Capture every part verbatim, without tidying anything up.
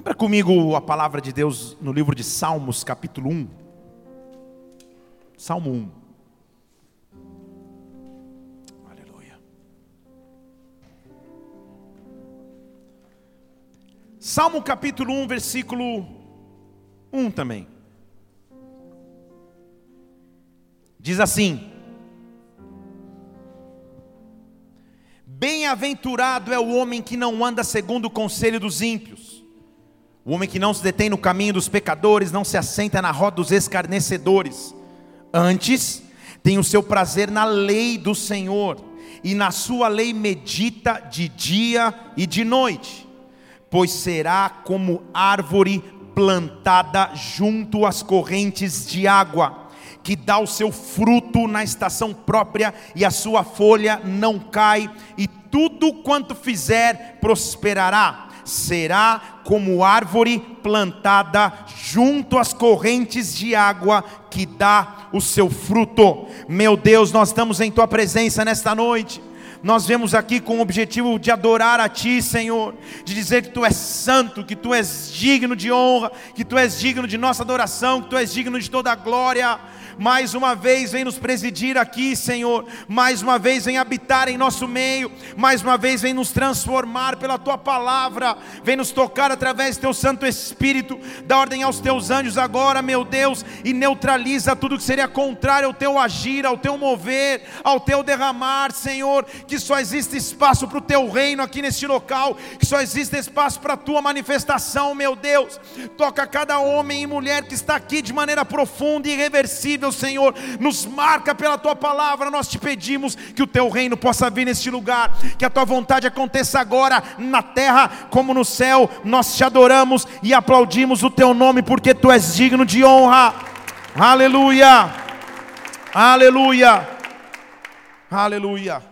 Abra comigo a palavra de Deus no livro de Salmos, capítulo um. Salmo um. Aleluia. Salmo capítulo um, versículo um também. Diz assim: bem-aventurado é o homem que não anda segundo o conselho dos ímpios, o homem que não se detém no caminho dos pecadores, não se assenta na roda dos escarnecedores. Antes, tem o seu prazer na lei do Senhor, e na sua lei medita de dia e de noite. Pois será como árvore plantada junto às correntes de água, que dá o seu fruto na estação própria, e a sua folha não cai, e tudo quanto fizer prosperará. Será como árvore plantada junto às correntes de água, que dá o seu fruto. Meu Deus, nós estamos em Tua presença nesta noite. Nós viemos aqui com o objetivo de adorar a Ti, Senhor, de dizer que Tu és santo, que Tu és digno de honra, que Tu és digno de nossa adoração, que Tu és digno de toda a glória. Mais uma vez vem nos presidir aqui, Senhor. Mais uma vez vem habitar em nosso meio. Mais uma vez vem nos transformar pela Tua palavra. Vem nos tocar através do Teu Santo Espírito. Dá ordem aos Teus anjos agora, meu Deus, e neutraliza tudo que seria contrário ao Teu agir, ao Teu mover, ao Teu derramar, Senhor. Que só existe espaço para o Teu reino aqui neste local, que só existe espaço para a Tua manifestação, meu Deus. Toca cada homem e mulher que está aqui de maneira profunda e irreversível, Senhor. Nos marca pela Tua palavra. Nós te pedimos que o Teu reino possa vir neste lugar, que a Tua vontade aconteça agora na terra como no céu. Nós te adoramos e aplaudimos o Teu nome, porque Tu és digno de honra. Aleluia, aleluia, aleluia.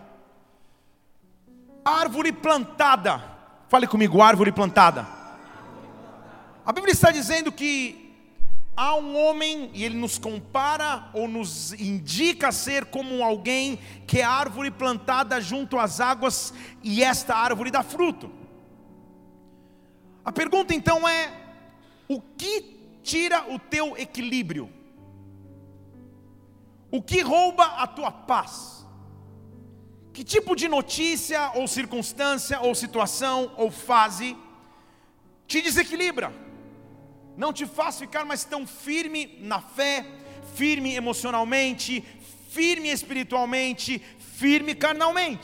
Árvore plantada. Fale comigo, árvore plantada. A Bíblia está dizendo que há um homem, e ele nos compara ou nos indica ser como alguém que é árvore plantada junto às águas, e esta árvore dá fruto. A pergunta então é: o que tira o teu equilíbrio? O que rouba a tua paz? Que tipo de notícia, ou circunstância, ou situação, ou fase te desequilibra? Não te faz ficar mais tão firme na fé, firme emocionalmente, firme espiritualmente, firme carnalmente.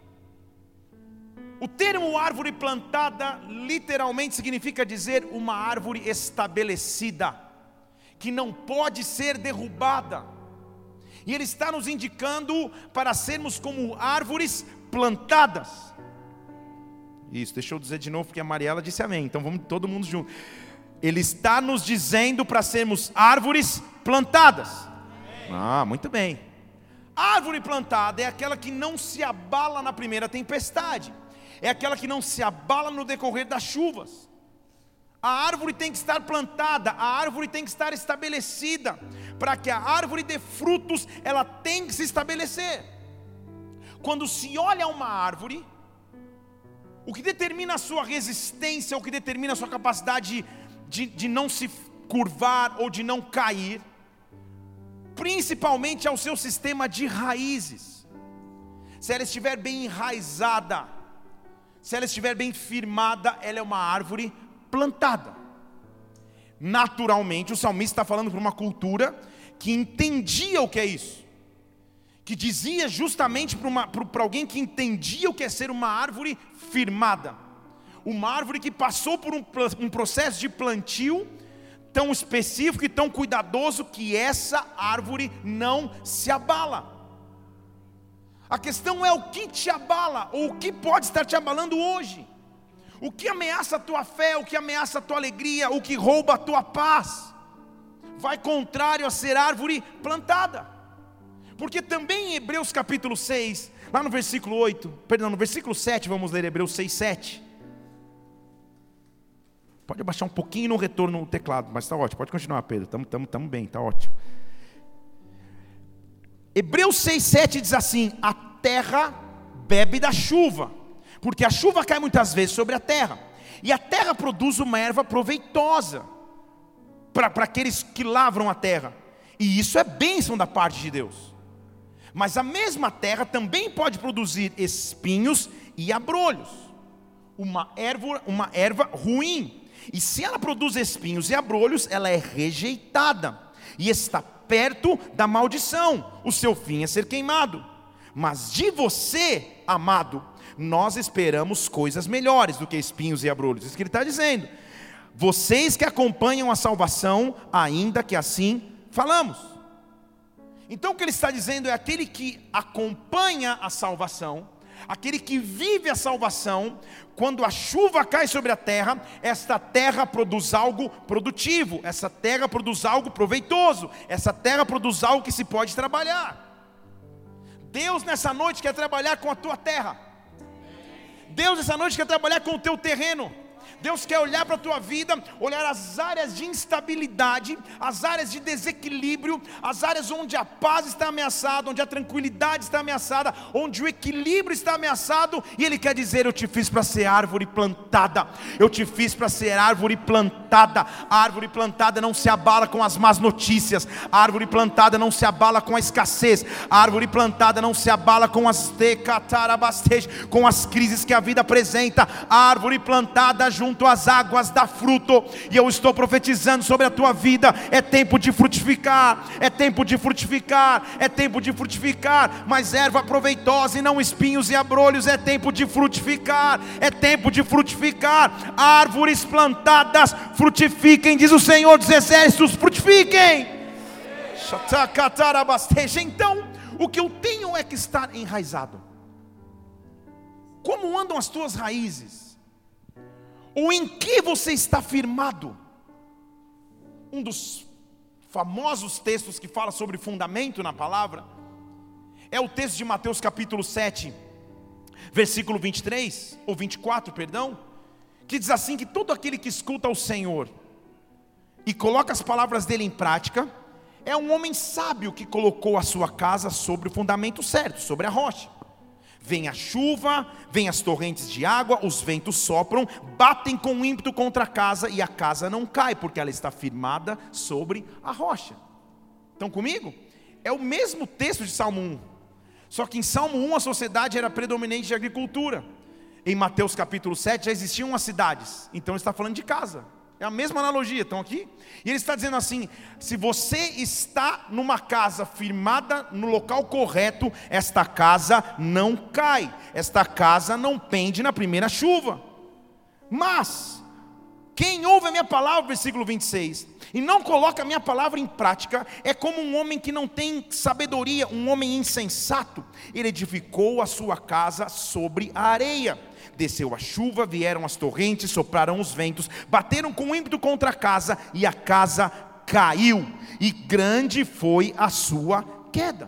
O termo árvore plantada literalmente significa dizer uma árvore estabelecida, que não pode ser derrubada. E ele está nos indicando para sermos como árvores plantadas. Isso, deixa eu dizer de novo, porque a Mariela disse amém. Então vamos todo mundo junto. Ele está nos dizendo para sermos árvores plantadas. Ah, muito bem. Árvore plantada é aquela que não se abala na primeira tempestade. É aquela que não se abala no decorrer das chuvas. A árvore tem que estar plantada, a árvore tem que estar estabelecida. Para que a árvore dê frutos, ela tem que se estabelecer. Quando se olha uma árvore, o que determina a sua resistência, o que determina a sua capacidade de, de não se curvar ou de não cair, principalmente é o seu sistema de raízes. Se ela estiver bem enraizada, se ela estiver bem firmada, ela é uma árvore plantada. Naturalmente, o salmista está falando para uma cultura que entendia o que é isso, que dizia justamente para, uma, para alguém que entendia o que é ser uma árvore firmada, uma árvore que passou por um, um processo de plantio tão específico e tão cuidadoso, que essa árvore não se abala. A questão é o que te abala, ou o que pode estar te abalando hoje. O que ameaça a tua fé, o que ameaça a tua alegria, o que rouba a tua paz, vai contrário a ser árvore plantada. Porque também em Hebreus capítulo seis, lá no versículo oito, perdão, no versículo sete, vamos ler Hebreus seis, sete. Pode abaixar um pouquinho no retorno no teclado, mas está ótimo, pode continuar, Pedro, estamos bem, está ótimo. Hebreus seis, sete diz assim: a terra bebe da chuva, porque a chuva cai muitas vezes sobre a terra. E a terra produz uma erva proveitosa para aqueles que lavram a terra. E isso é bênção da parte de Deus. Mas a mesma terra também pode produzir espinhos e abrolhos. Uma erva, uma erva ruim. E se ela produz espinhos e abrolhos, ela é rejeitada e está perto da maldição. O seu fim é ser queimado. Mas de você, amado, nós esperamos coisas melhores do que espinhos e abrolhos. Isso que ele está dizendo. Vocês que acompanham a salvação, ainda que assim falamos. Então o que ele está dizendo é aquele que acompanha a salvação, aquele que vive a salvação. Quando a chuva cai sobre a terra, esta terra produz algo produtivo, essa terra produz algo proveitoso, essa terra produz algo que se pode trabalhar. Deus nessa noite quer trabalhar com a tua terra. Deus nessa noite quer trabalhar com o teu terreno. Deus quer olhar para a tua vida, olhar as áreas de instabilidade, as áreas de desequilíbrio, as áreas onde a paz está ameaçada, onde a tranquilidade está ameaçada, onde o equilíbrio está ameaçado, e Ele quer dizer: eu te fiz para ser árvore plantada, eu te fiz para ser árvore plantada. A árvore plantada não se abala com as más notícias, a árvore plantada não se abala com a escassez, a árvore plantada não se abala com as com as crises que a vida apresenta. A árvore plantada junto às águas dá fruto, e eu estou profetizando sobre a tua vida. É tempo de frutificar, é tempo de frutificar, é tempo de frutificar, mas erva proveitosa e não espinhos e abrolhos. É tempo de frutificar, é tempo de frutificar. Árvores plantadas frutifiquem, diz o Senhor dos Exércitos, frutifiquem. Então, o que eu tenho é que estar enraizado. Como andam as tuas raízes? Ou em que você está firmado? Um dos famosos textos que fala sobre fundamento na palavra é o texto de Mateus capítulo sete, versículo vinte e três, ou vinte e quatro, perdão, que diz assim: que todo aquele que escuta o Senhor e coloca as palavras dele em prática, é um homem sábio que colocou a sua casa sobre o fundamento certo, sobre a rocha. Vem a chuva, vem as torrentes de água, os ventos sopram, batem com ímpeto contra a casa, e a casa não cai, porque ela está firmada sobre a rocha. Estão comigo? É o mesmo texto de Salmo um, só que em Salmo um a sociedade era predominante de agricultura. Em Mateus capítulo sete já existiam as cidades, então ele está falando de casa. É a mesma analogia, estão aqui? E ele está dizendo assim: se você está numa casa firmada no local correto, esta casa não cai, esta casa não pende na primeira chuva. Mas quem ouve a minha palavra, versículo vinte e seis, e não coloca a minha palavra em prática, é como um homem que não tem sabedoria, um homem insensato. Ele edificou a sua casa sobre a areia. Desceu a chuva, vieram as torrentes, sopraram os ventos, bateram com ímpeto contra a casa, e a casa caiu, e grande foi a sua queda.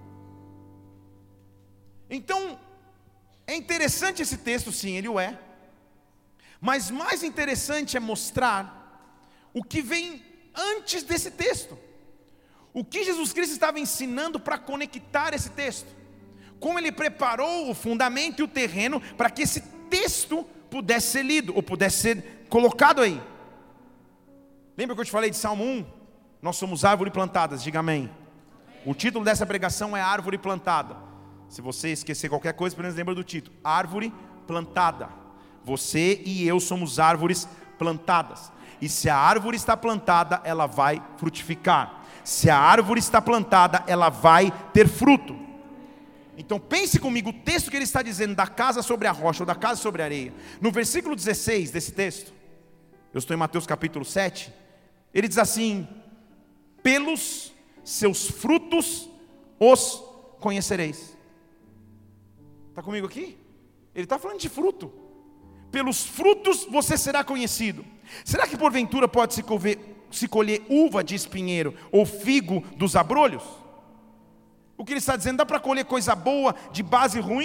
Então, é interessante esse texto, sim, ele o é. Mas mais interessante é mostrar o que vem antes desse texto. O que Jesus Cristo estava ensinando para conectar esse texto. Como ele preparou o fundamento e o terreno para que esse texto pudesse ser lido, ou pudesse ser colocado aí. Lembra que eu te falei de Salmo um? Nós somos árvore plantadas, diga amém. O título dessa pregação é Árvore Plantada. Se você esquecer qualquer coisa, pelo menos lembra do título: Árvore Plantada. Você e eu somos árvores plantadas. E se a árvore está plantada, ela vai frutificar. Se a árvore está plantada, ela vai ter fruto. Então pense comigo o texto que ele está dizendo da casa sobre a rocha, ou da casa sobre a areia. No versículo dezesseis desse texto, eu estou em Mateus capítulo sete, ele diz assim: pelos seus frutos os conhecereis. Está comigo aqui? Ele está falando de fruto. Pelos frutos você será conhecido. Será que porventura pode se colher, se colher uva de espinheiro, ou figo dos abrolhos? O que ele está dizendo, dá para colher coisa boa de base ruim?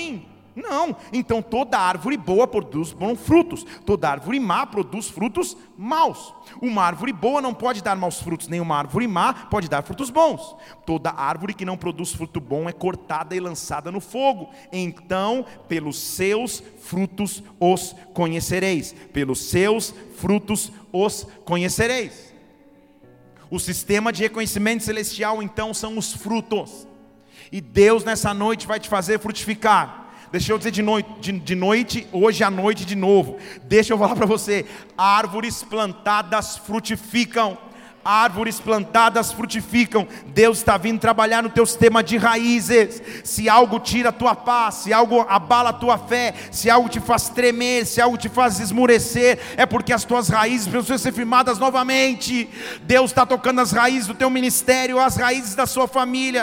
Não, então toda árvore boa produz bons frutos, toda árvore má produz frutos maus. Uma árvore boa não pode dar maus frutos, nem uma árvore má pode dar frutos bons. Toda árvore que não produz fruto bom é cortada e lançada no fogo. Então, pelos seus frutos os conhecereis. Pelos seus frutos os conhecereis. O sistema de reconhecimento celestial, então, são os frutos. E Deus nessa noite vai te fazer frutificar. Deixa eu dizer de noite, de, de noite, hoje à noite de novo. Deixa eu falar para você: árvores plantadas frutificam. Árvores plantadas frutificam. Deus está vindo trabalhar no teu sistema de raízes. Se algo tira a tua paz, se algo abala a tua fé, se algo te faz tremer, se algo te faz esmurecer, é porque as tuas raízes precisam ser firmadas novamente. Deus está tocando as raízes do teu ministério, as raízes da sua família,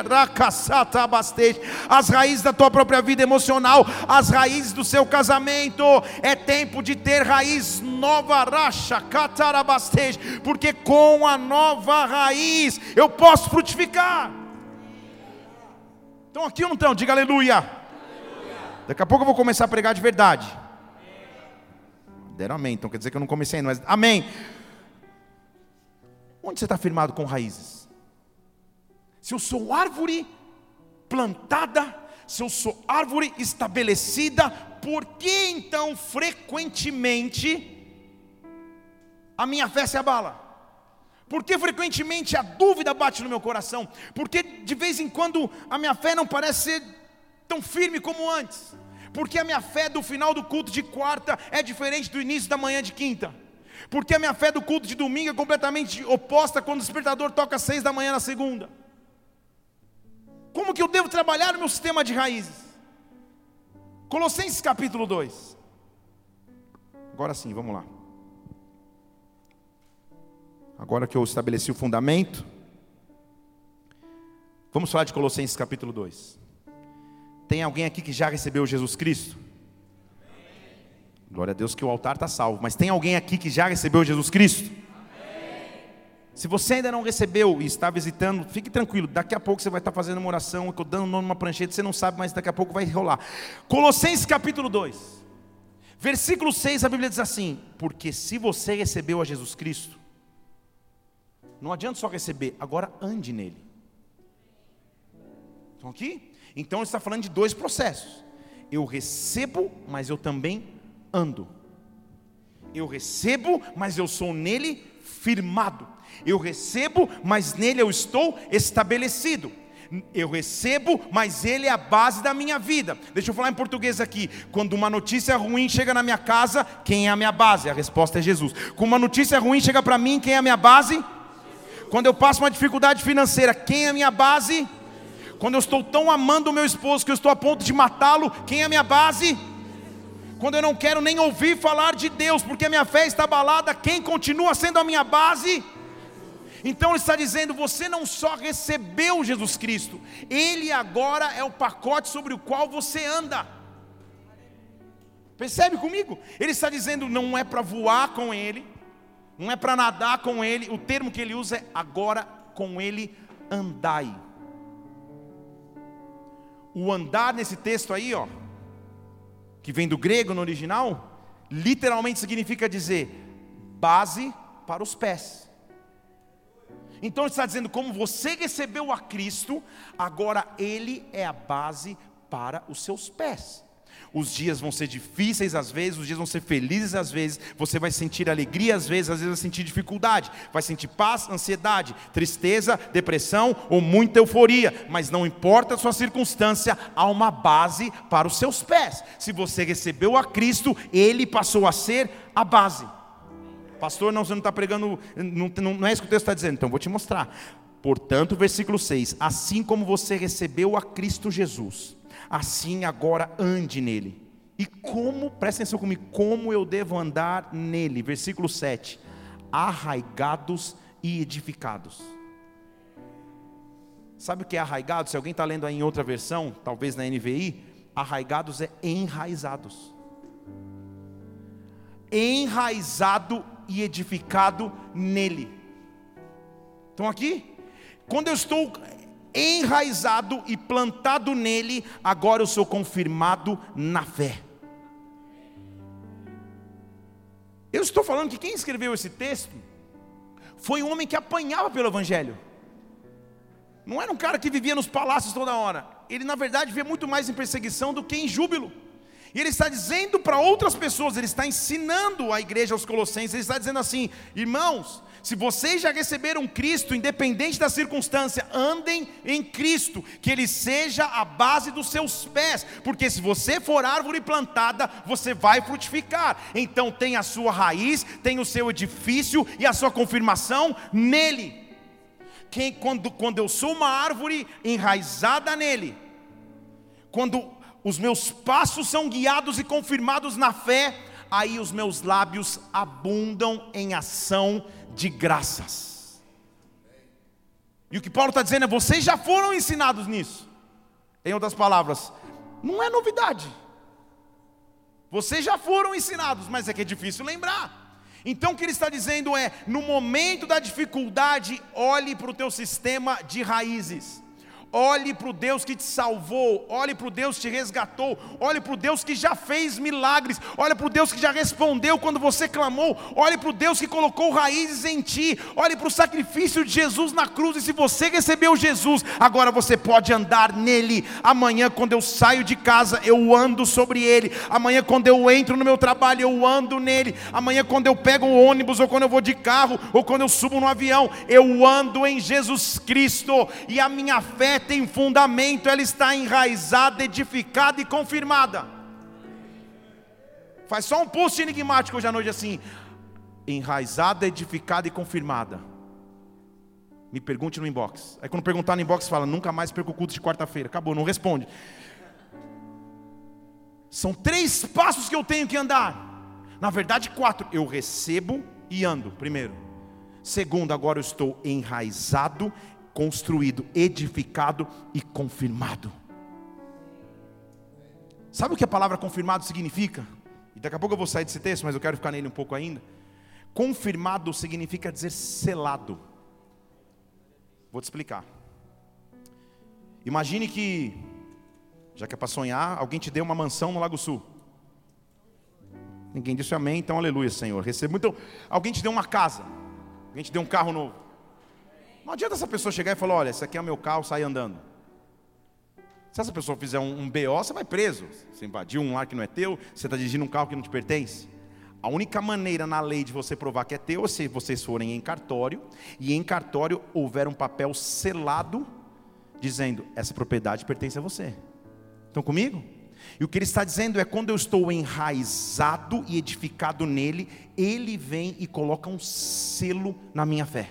as raízes da tua própria vida emocional, as raízes do seu casamento. É tempo de ter raiz nova, porque com a nova raiz eu posso frutificar. Então aqui ou não estão? Diga aleluia. Aleluia. Daqui a pouco eu vou começar a pregar de verdade. Amém. Deram amém, então quer dizer que eu não comecei ainda, mas amém. Onde você está firmado com raízes? Se eu sou árvore plantada, se eu sou árvore estabelecida, por que então frequentemente a minha fé se abala? Porque frequentemente a dúvida bate no meu coração? Porque de vez em quando a minha fé não parece ser tão firme como antes? Porque a minha fé do final do culto de quarta é diferente do início da manhã de quinta? Porque a minha fé do culto de domingo é completamente oposta quando o despertador toca às seis da manhã na segunda? Como que eu devo trabalhar no meu sistema de raízes? Colossenses capítulo dois. Agora sim, vamos lá. Agora que eu estabeleci o fundamento, vamos falar de Colossenses capítulo dois. Tem alguém aqui que já recebeu Jesus Cristo? Amém. Glória a Deus que o altar está salvo. Mas tem alguém aqui que já recebeu Jesus Cristo? Amém. Se você ainda não recebeu e está visitando, fique tranquilo. Daqui a pouco você vai estar fazendo uma oração, eu estou dando o nome numa prancheta, você não sabe, mas daqui a pouco vai rolar. Colossenses capítulo dois, versículo seis, a Bíblia diz assim: porque se você recebeu a Jesus Cristo, não adianta só receber, agora ande nele. Estão aqui? Então ele está falando de dois processos. Eu recebo, mas eu também ando. Eu recebo, mas eu sou nele firmado. Eu recebo, mas nele eu estou estabelecido. Eu recebo, mas ele é a base da minha vida. Deixa eu falar em português aqui. Quando uma notícia ruim chega na minha casa, quem é a minha base? A resposta é Jesus. Quando uma notícia ruim chega para mim, quem é a minha base? Quando eu passo uma dificuldade financeira, quem é a minha base? Quando eu estou tão amando o meu esposo que eu estou a ponto de matá-lo, quem é a minha base? Quando eu não quero nem ouvir falar de Deus, porque a minha fé está abalada, quem continua sendo a minha base? Então ele está dizendo: você não só recebeu Jesus Cristo, Ele agora é o pacote sobre o qual você anda. Percebe comigo? Ele está dizendo, não é para voar com Ele, não é para nadar com Ele. O termo que ele usa é: agora com Ele andai. O andar nesse texto aí, ó, que vem do grego no original, literalmente significa dizer base para os pés. Então ele está dizendo, como você recebeu a Cristo, agora Ele é a base para os seus pés. Os dias vão ser difíceis às vezes, os dias vão ser felizes às vezes, você vai sentir alegria às vezes, às vezes vai sentir dificuldade, vai sentir paz, ansiedade, tristeza, depressão ou muita euforia, mas não importa a sua circunstância, há uma base para os seus pés. Se você recebeu a Cristo, Ele passou a ser a base. Pastor, não, você não está pregando, não, não, não é isso que o texto está dizendo, então vou te mostrar. Portanto, versículo seis, assim como você recebeu a Cristo Jesus, assim agora ande nele. E como, presta atenção comigo, como eu devo andar nele? Versículo sete, arraigados e edificados. Sabe o que é arraigado? Se alguém está lendo aí em outra versão, talvez na N V I, arraigados é enraizados. Enraizado e edificado nele. Estão aqui? Quando eu estou enraizado e plantado nele, agora eu sou confirmado na fé. Eu estou falando que quem escreveu esse texto foi um homem que apanhava pelo evangelho. Não era um cara que vivia nos palácios toda hora. Ele na verdade vivia muito mais em perseguição do que em júbilo. E ele está dizendo para outras pessoas, ele está ensinando a igreja aos Colossenses, ele está dizendo assim: irmãos, se vocês já receberam Cristo, independente da circunstância, andem em Cristo, que Ele seja a base dos seus pés, porque se você for árvore plantada, você vai frutificar. Então tem a sua raiz, tem o seu edifício e a sua confirmação nele. Quem, quando, quando eu sou uma árvore enraizada nele, quando os meus passos são guiados e confirmados na fé, aí os meus lábios abundam em ação de graças. E o que Paulo está dizendo é: vocês já foram ensinados nisso. Em outras palavras, não é novidade. Vocês já foram ensinados, mas é que é difícil lembrar. Então o que ele está dizendo é: no momento da dificuldade, olhe para o teu sistema de raízes. Olhe para o Deus que te salvou, olhe para o Deus que te resgatou, olhe para o Deus que já fez milagres, olhe para o Deus que já respondeu quando você clamou, olhe para o Deus que colocou raízes em ti, olhe para o sacrifício de Jesus na cruz. E se você recebeu Jesus, agora você pode andar nele. Amanhã quando eu saio de casa, eu ando sobre ele. Amanhã quando eu entro no meu trabalho, eu ando nele. Amanhã quando eu pego o ônibus, ou quando eu vou de carro, ou quando eu subo no avião, eu ando em Jesus Cristo. E a minha fé tem fundamento, ela está enraizada, edificada e confirmada. Faz só um post enigmático hoje à noite assim: enraizada, edificada e confirmada. Me pergunte no inbox. Aí quando perguntar no inbox, fala: nunca mais perco o culto de quarta-feira. Acabou, não responde. São três passos que eu tenho que andar. Na verdade quatro. Eu recebo e ando, primeiro. Segundo, agora eu estou enraizado, construído, edificado e confirmado. Sabe o que a palavra confirmado significa? E daqui a pouco eu vou sair desse texto, mas eu quero ficar nele um pouco ainda. Confirmado significa dizer selado. Vou te explicar. Imagine que, já que é para sonhar, alguém te deu uma mansão no Lago Sul. Ninguém disse amém, então aleluia, Senhor. Recebo. Então, alguém te deu uma casa, alguém te deu um carro novo. Não adianta essa pessoa chegar e falar: olha, esse aqui é o meu carro, sai andando. Se essa pessoa fizer um, um B O, você vai preso. Você invadiu um lar que não é teu, você está dirigindo um carro que não te pertence. A única maneira na lei de você provar que é teu é se vocês forem em cartório, e em cartório houver um papel selado, dizendo: essa propriedade pertence a você. Estão comigo? E o que ele está dizendo é: quando eu estou enraizado e edificado nele, ele vem e coloca um selo na minha fé.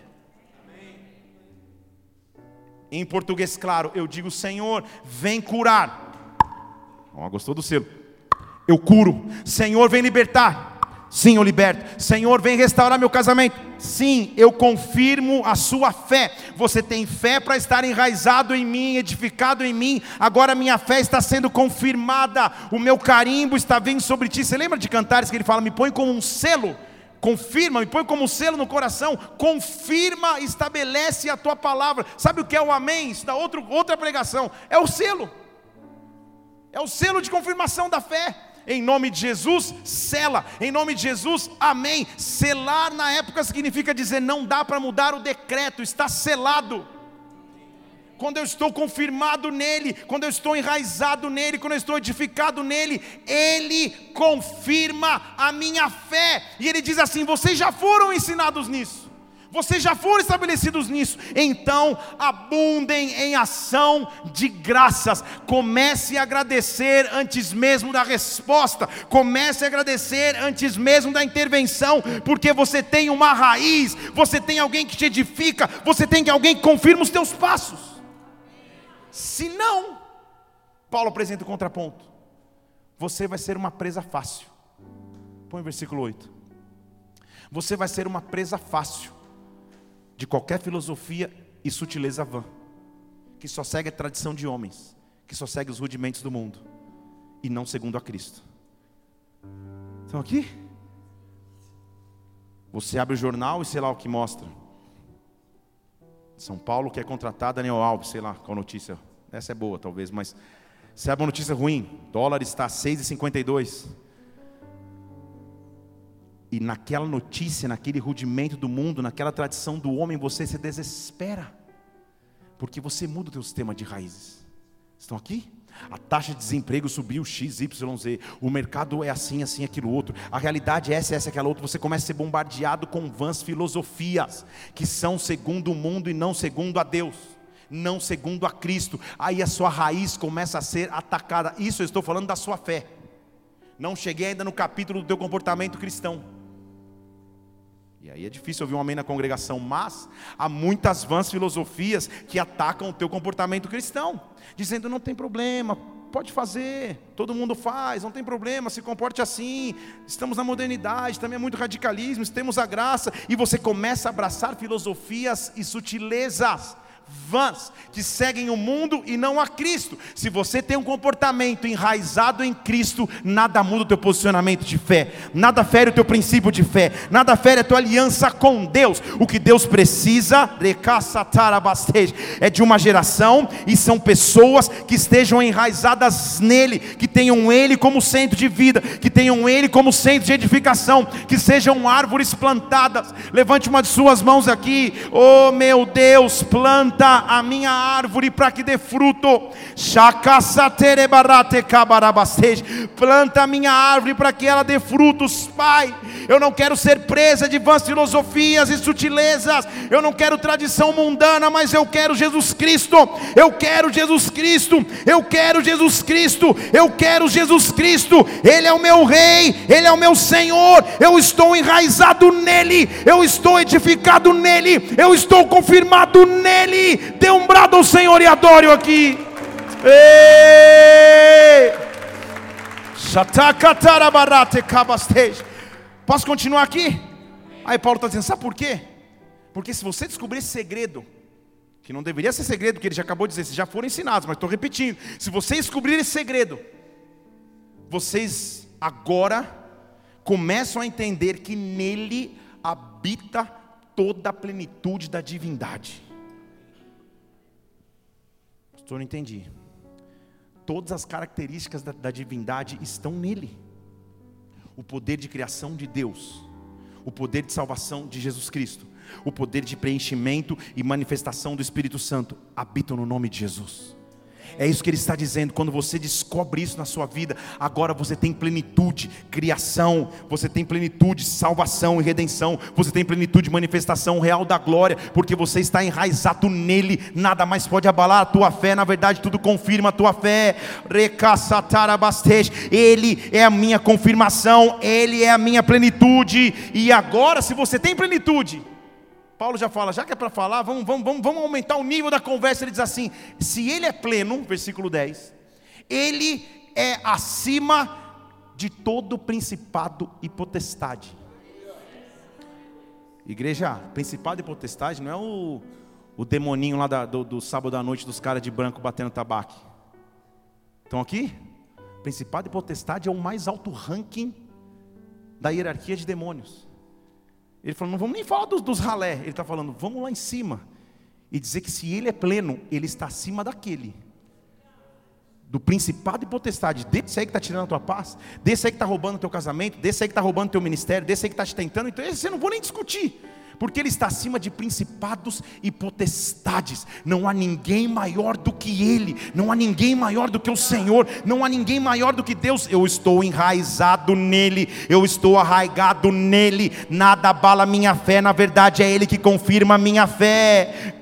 Em português claro, eu digo: Senhor, vem curar. Oh, gostou do selo? Eu curo. Senhor, vem libertar. Sim, eu liberto. Senhor, vem restaurar meu casamento. Sim, eu confirmo a sua fé. Você tem fé para estar enraizado em mim, edificado em mim. Agora a minha fé está sendo confirmada. O meu carimbo está vindo sobre ti. Você lembra de Cantares que ele fala: me põe como um selo? Confirma, me põe como um selo no coração. Confirma, estabelece a tua palavra. Sabe o que é o amém? Isso dá outro, outra pregação. É o selo. É o selo de confirmação da fé. Em nome de Jesus, sela. Em nome de Jesus, amém. Selar na época significa dizer: não dá para mudar o decreto, está selado. Quando eu estou confirmado nele, quando eu estou enraizado nele, quando eu estou edificado nele, ele confirma a minha fé. E ele diz assim: vocês já foram ensinados nisso, vocês já foram estabelecidos nisso, então abundem em ação de graças. Comece a agradecer antes mesmo da resposta, comece a agradecer antes mesmo da intervenção, porque você tem uma raiz, você tem alguém que te edifica, você tem alguém que confirma os teus passos. Se não, Paulo apresenta o contraponto: você vai ser uma presa fácil. Põe o versículo oito. Você vai ser uma presa fácil de qualquer filosofia e sutileza vã, que só segue a tradição de homens, que só segue os rudimentos do mundo, e não segundo a Cristo. Estão aqui? Você abre o jornal e sei lá o que mostra. São Paulo quer contratar Daniel Alves, sei lá qual notícia. Essa é boa talvez, mas sabe uma notícia ruim? O dólar está a seis e cinquenta e dois. E naquela notícia, naquele rudimento do mundo, naquela tradição do homem, você se desespera. Porque você muda o teu sistema de raízes. Estão aqui? A taxa de desemprego subiu X, Y, Z. O mercado é assim, assim, aquilo outro. A realidade é essa, essa, aquela outra. Você começa a ser bombardeado com vãs filosofias, que são segundo o mundo e não segundo a Deus, não segundo a Cristo. Aí a sua raiz começa a ser atacada. Isso eu estou falando da sua fé. Não cheguei ainda no capítulo do teu comportamento cristão. E aí é difícil ouvir um amém na congregação, mas há muitas vãs filosofias que atacam o teu comportamento cristão, dizendo não tem problema, pode fazer, todo mundo faz, não tem problema, se comporte assim, estamos na modernidade, também é muito radicalismo, temos a graça, e você começa a abraçar filosofias e sutilezas vãs, que seguem o mundo e não a Cristo. Se você tem um comportamento enraizado em Cristo, nada muda o teu posicionamento de fé, nada fere o teu princípio de fé, nada fere a tua aliança com Deus. O que Deus precisa é de uma geração, e são pessoas que estejam enraizadas nele, que tenham ele como centro de vida, que tenham ele como centro de edificação, que sejam árvores plantadas. Levante uma de suas mãos aqui. Oh meu Deus, planta a minha árvore para que dê fruto. Planta a minha árvore para que ela dê frutos, Pai. Eu não quero ser presa de vãs filosofias e sutilezas. Eu não quero tradição mundana, mas eu quero Jesus Cristo. Eu quero Jesus Cristo. Eu quero Jesus Cristo. Eu quero Jesus Cristo. Ele é o meu Rei. Ele é o meu Senhor. Eu estou enraizado nele. Eu estou edificado nele. Eu estou confirmado nele. Dê um brado ao Senhor e adore-o aqui. Posso continuar aqui? Aí Paulo está dizendo, sabe por quê? Porque se você descobrir esse segredo, que não deveria ser segredo, que ele já acabou de dizer, vocês já foram ensinados, mas estou repetindo. Se vocês descobrirem esse segredo, vocês agora começam a entender que nele habita toda a plenitude da divindade. Eu não entendi. Todas as características da, da divindade estão nele. O poder de criação de Deus, o poder de salvação de Jesus Cristo, o poder de preenchimento e manifestação do Espírito Santo habitam no nome de Jesus. É isso que ele está dizendo. Quando você descobre isso na sua vida, agora você tem plenitude, criação, você tem plenitude, salvação e redenção, você tem plenitude, manifestação real da glória, porque você está enraizado nele. Nada mais pode abalar a tua fé. Na verdade, tudo confirma a tua fé. Ele é a minha confirmação, ele é a minha plenitude. E agora, se você tem plenitude, Paulo já fala, já que é para falar, vamos, vamos, vamos, vamos aumentar o nível da conversa. Ele diz assim, se ele é pleno, versículo dez, ele é acima de todo principado e potestade. Igreja, principado e potestade não é o, o demoninho lá da, do, do sábado à noite dos caras de branco batendo tabaco. Estão aqui? Principado e potestade é o mais alto ranking da hierarquia de demônios. Ele falou, não vamos nem falar dos, dos ralé. Ele está falando, vamos lá em cima e dizer que se ele é pleno, ele está acima daquele, do principado e potestade, desse aí que está tirando a tua paz, desse aí que está roubando o teu casamento, desse aí que está roubando o teu ministério, desse aí que está te tentando. Então esse eu não vou nem discutir, porque ele está acima de principados e potestades. Não há ninguém maior do que ele, não há ninguém maior do que o Senhor, não há ninguém maior do que Deus. Eu estou enraizado nele, eu estou arraigado nele, nada abala minha fé. Na verdade é ele que confirma a minha fé.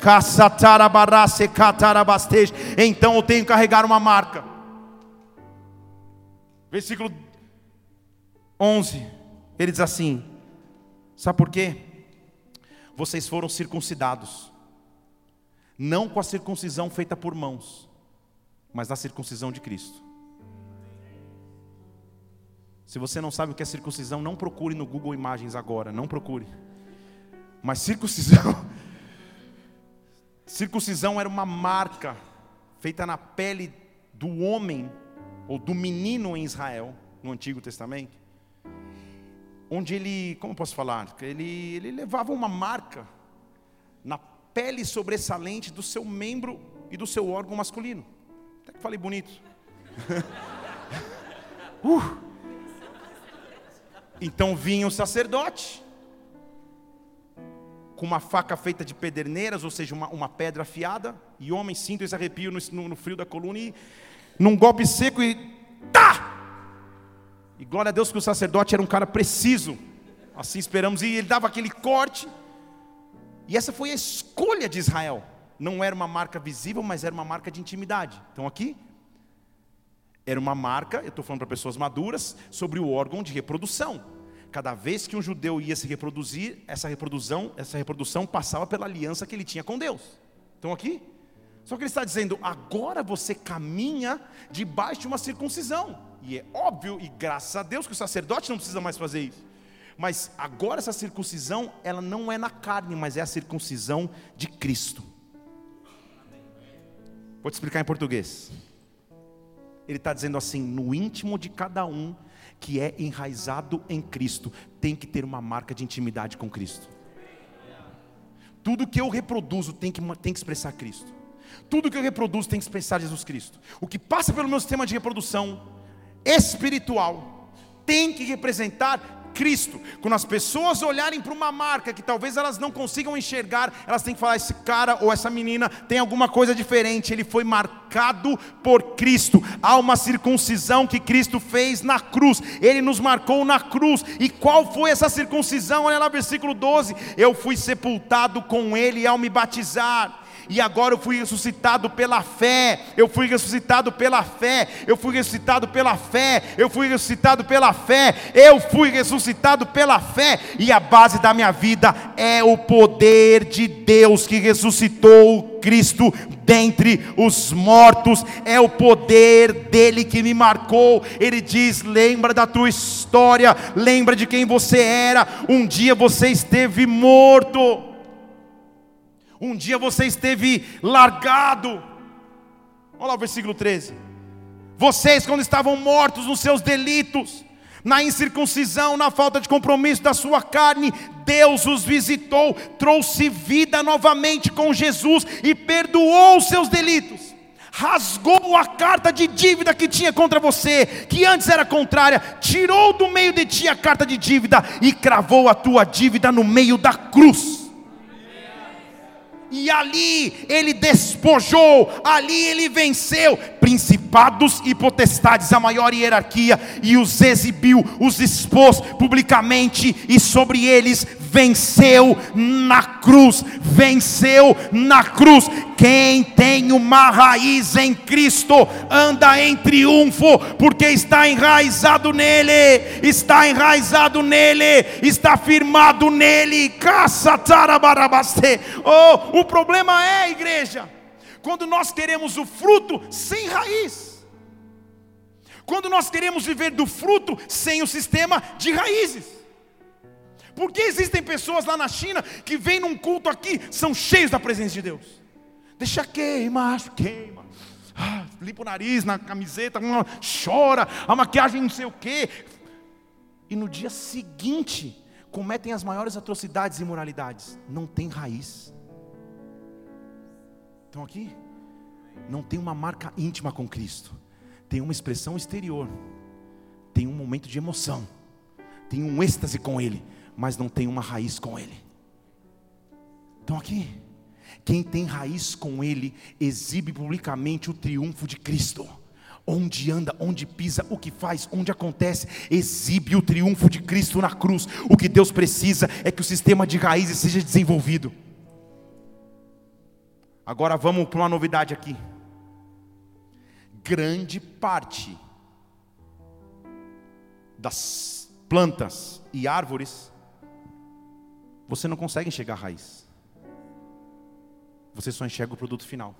Então eu tenho que carregar uma marca. Versículo onze, ele diz assim, sabe por quê? Vocês foram circuncidados, não com a circuncisão feita por mãos, mas na circuncisão de Cristo. Se você não sabe o que é circuncisão, não procure no Google Imagens agora, não procure. Mas circuncisão, circuncisão era uma marca feita na pele do homem, ou do menino em Israel, no Antigo Testamento, onde ele, como eu posso falar, ele, ele levava uma marca na pele sobressalente do seu membro e do seu órgão masculino. Até que falei bonito. uh. Então vinha o sacerdote, com uma faca feita de pederneiras, ou seja, uma, uma pedra afiada, e homens sintam esse arrepio no, no, no frio da coluna, e num golpe seco, e tá! E glória a Deus que o sacerdote era um cara preciso, assim esperamos, e ele dava aquele corte, e essa foi a escolha de Israel. Não era uma marca visível, mas era uma marca de intimidade. Então aqui, era uma marca, eu estou falando para pessoas maduras, sobre o órgão de reprodução. Cada vez que um judeu ia se reproduzir, essa reprodução, essa reprodução passava pela aliança que ele tinha com Deus. Então aqui, só que ele está dizendo, agora você caminha debaixo de uma circuncisão. E é óbvio, e graças a Deus que o sacerdote não precisa mais fazer isso. Mas agora essa circuncisão, ela não é na carne, mas é a circuncisão de Cristo. Vou te explicar em português. Ele está dizendo assim, no íntimo de cada um que é enraizado em Cristo, tem que ter uma marca de intimidade com Cristo. Tudo que eu reproduzo tem que, tem que expressar Cristo. Tudo que eu reproduzo tem que expressar Jesus Cristo. O que passa pelo meu sistema de reprodução espiritual tem que representar Cristo. Quando as pessoas olharem para uma marca que talvez elas não consigam enxergar, elas têm que falar, esse cara ou essa menina tem alguma coisa diferente, ele foi marcado por Cristo. Há uma circuncisão que Cristo fez na cruz, ele nos marcou na cruz. E qual foi essa circuncisão? Olha lá versículo doze, eu fui sepultado com ele ao me batizar, e agora eu fui ressuscitado pela fé, eu fui ressuscitado pela fé, eu fui ressuscitado pela fé, eu fui ressuscitado pela fé, eu fui ressuscitado pela fé, e a base da minha vida é o poder de Deus que ressuscitou Cristo dentre os mortos, é o poder dele que me marcou. Ele diz, lembra da tua história, lembra de quem você era, um dia você esteve morto, um dia você esteve largado. Olha lá o versículo treze. Vocês, quando estavam mortos nos seus delitos, na incircuncisão, na falta de compromisso da sua carne, Deus os visitou, trouxe vida novamente com Jesus e perdoou os seus delitos. Rasgou a carta de dívida que tinha contra você, que antes era contrária, tirou do meio de ti a carta de dívida e cravou a tua dívida no meio da cruz. E ali ele despojou, ali ele venceu principados e potestades, a maior hierarquia, e os exibiu, os expôs publicamente, e sobre eles venceu na cruz, venceu na cruz. Quem tem uma raiz em Cristo anda em triunfo, porque está enraizado nele, está enraizado nele, está firmado nele. Oh, o problema é, igreja, quando nós queremos o fruto sem raiz, quando nós queremos viver do fruto sem o sistema de raízes. Porque existem pessoas lá na China que vêm num culto aqui, são cheios da presença de Deus. Deixa queima, queima, ah, limpa o nariz na camiseta, chora, a maquiagem não sei o quê, e no dia seguinte cometem as maiores atrocidades e imoralidades. Não tem raiz. Então aqui não tem uma marca íntima com Cristo, tem uma expressão exterior, tem um momento de emoção, tem um êxtase com Ele, mas não tem uma raiz com Ele. Então aqui, quem tem raiz com Ele, exibe publicamente o triunfo de Cristo. Onde anda, onde pisa, o que faz, onde acontece, exibe o triunfo de Cristo na cruz. O que Deus precisa é que o sistema de raízes seja desenvolvido. Agora vamos para uma novidade aqui. Grande parte das plantas e árvores, você não consegue enxergar a raiz, você só enxerga o produto final.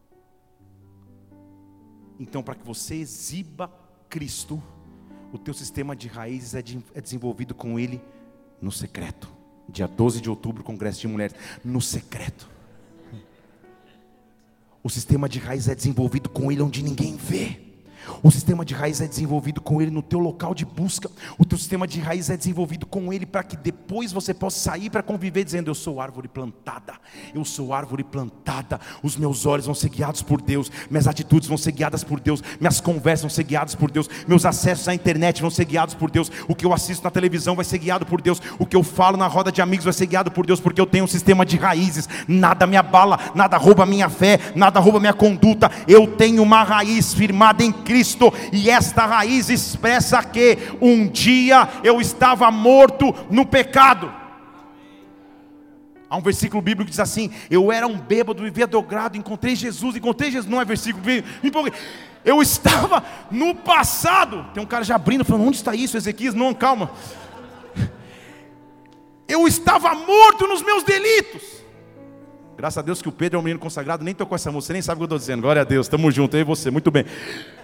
Então, para que você exiba Cristo, o teu sistema de raízes é, de, é desenvolvido com Ele no secreto. Dia doze de outubro, Congresso de Mulheres, no secreto. O sistema de raiz é desenvolvido com Ele onde ninguém vê. O sistema de raiz é desenvolvido com Ele no teu local de busca. O teu sistema de raiz é desenvolvido com Ele para que depois você possa sair para conviver dizendo: eu sou árvore plantada, eu sou árvore plantada. Os meus olhos vão ser guiados por Deus, minhas atitudes vão ser guiadas por Deus, minhas conversas vão ser guiadas por Deus, meus acessos à internet vão ser guiados por Deus, o que eu assisto na televisão vai ser guiado por Deus, o que eu falo na roda de amigos vai ser guiado por Deus, porque eu tenho um sistema de raízes. Nada me abala, nada rouba minha fé, nada rouba minha conduta. Eu tenho uma raiz firmada em Cristo, e esta raiz expressa que um dia eu estava morto no pecado. Há um versículo bíblico que diz assim: eu era um bêbado, vivia drogado, encontrei Jesus, encontrei Jesus, não é versículo, eu estava no passado. Tem um cara já abrindo, falando: onde está isso, Ezequias? Não, calma. Eu estava morto nos meus delitos. Graças a Deus que o Pedro é um menino consagrado, nem tocou essa música, você nem sabe o que eu estou dizendo. Glória a Deus, estamos juntos, eu e você, muito bem.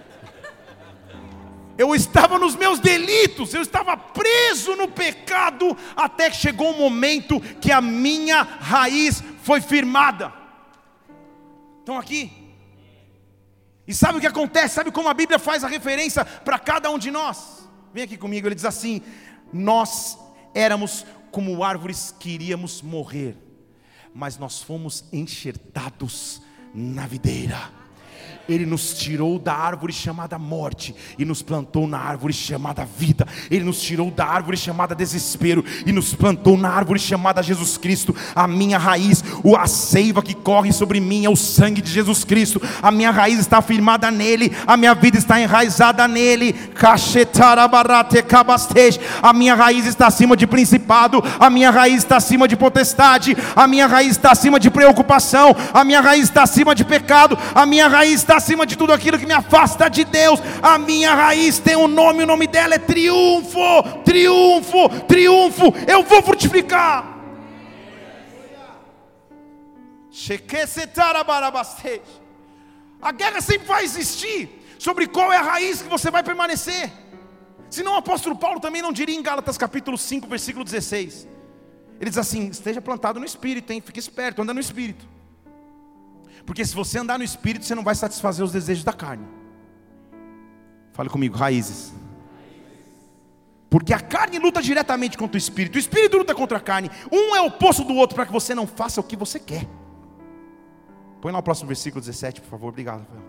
Eu estava nos meus delitos, eu estava preso no pecado, até que chegou um momento que a minha raiz foi firmada. Estão aqui? E sabe o que acontece? Sabe como a Bíblia faz a referência para cada um de nós? Vem aqui comigo, ele diz assim: nós éramos como árvores que iríamos morrer, mas nós fomos enxertados na videira. Ele nos tirou da árvore chamada morte e nos plantou na árvore chamada vida. Ele nos tirou da árvore chamada desespero e nos plantou na árvore chamada Jesus Cristo. A minha raiz, a seiva que corre sobre mim é o sangue de Jesus Cristo. A minha raiz está firmada nele, a minha vida está enraizada nele. A minha raiz está acima de principado, a minha raiz está acima de potestade, a minha raiz está acima de preocupação, a minha raiz está acima de pecado, a minha raiz está acima de tudo aquilo que me afasta de Deus. A minha raiz tem um nome, o nome dela é triunfo, triunfo, triunfo. Eu vou frutificar. A guerra sempre vai existir sobre qual é a raiz que você vai permanecer. Senão o apóstolo Paulo também não diria em Gálatas capítulo cinco, versículo dezesseis. Ele diz assim: esteja plantado no Espírito, hein? Fique esperto, anda no Espírito. Porque se você andar no Espírito, você não vai satisfazer os desejos da carne. Fale comigo, raízes. Porque a carne luta diretamente contra o Espírito, o Espírito luta contra a carne. Um é oposto do outro para que você não faça o que você quer. Põe lá o próximo versículo dezessete, por favor. Obrigado, Rafael.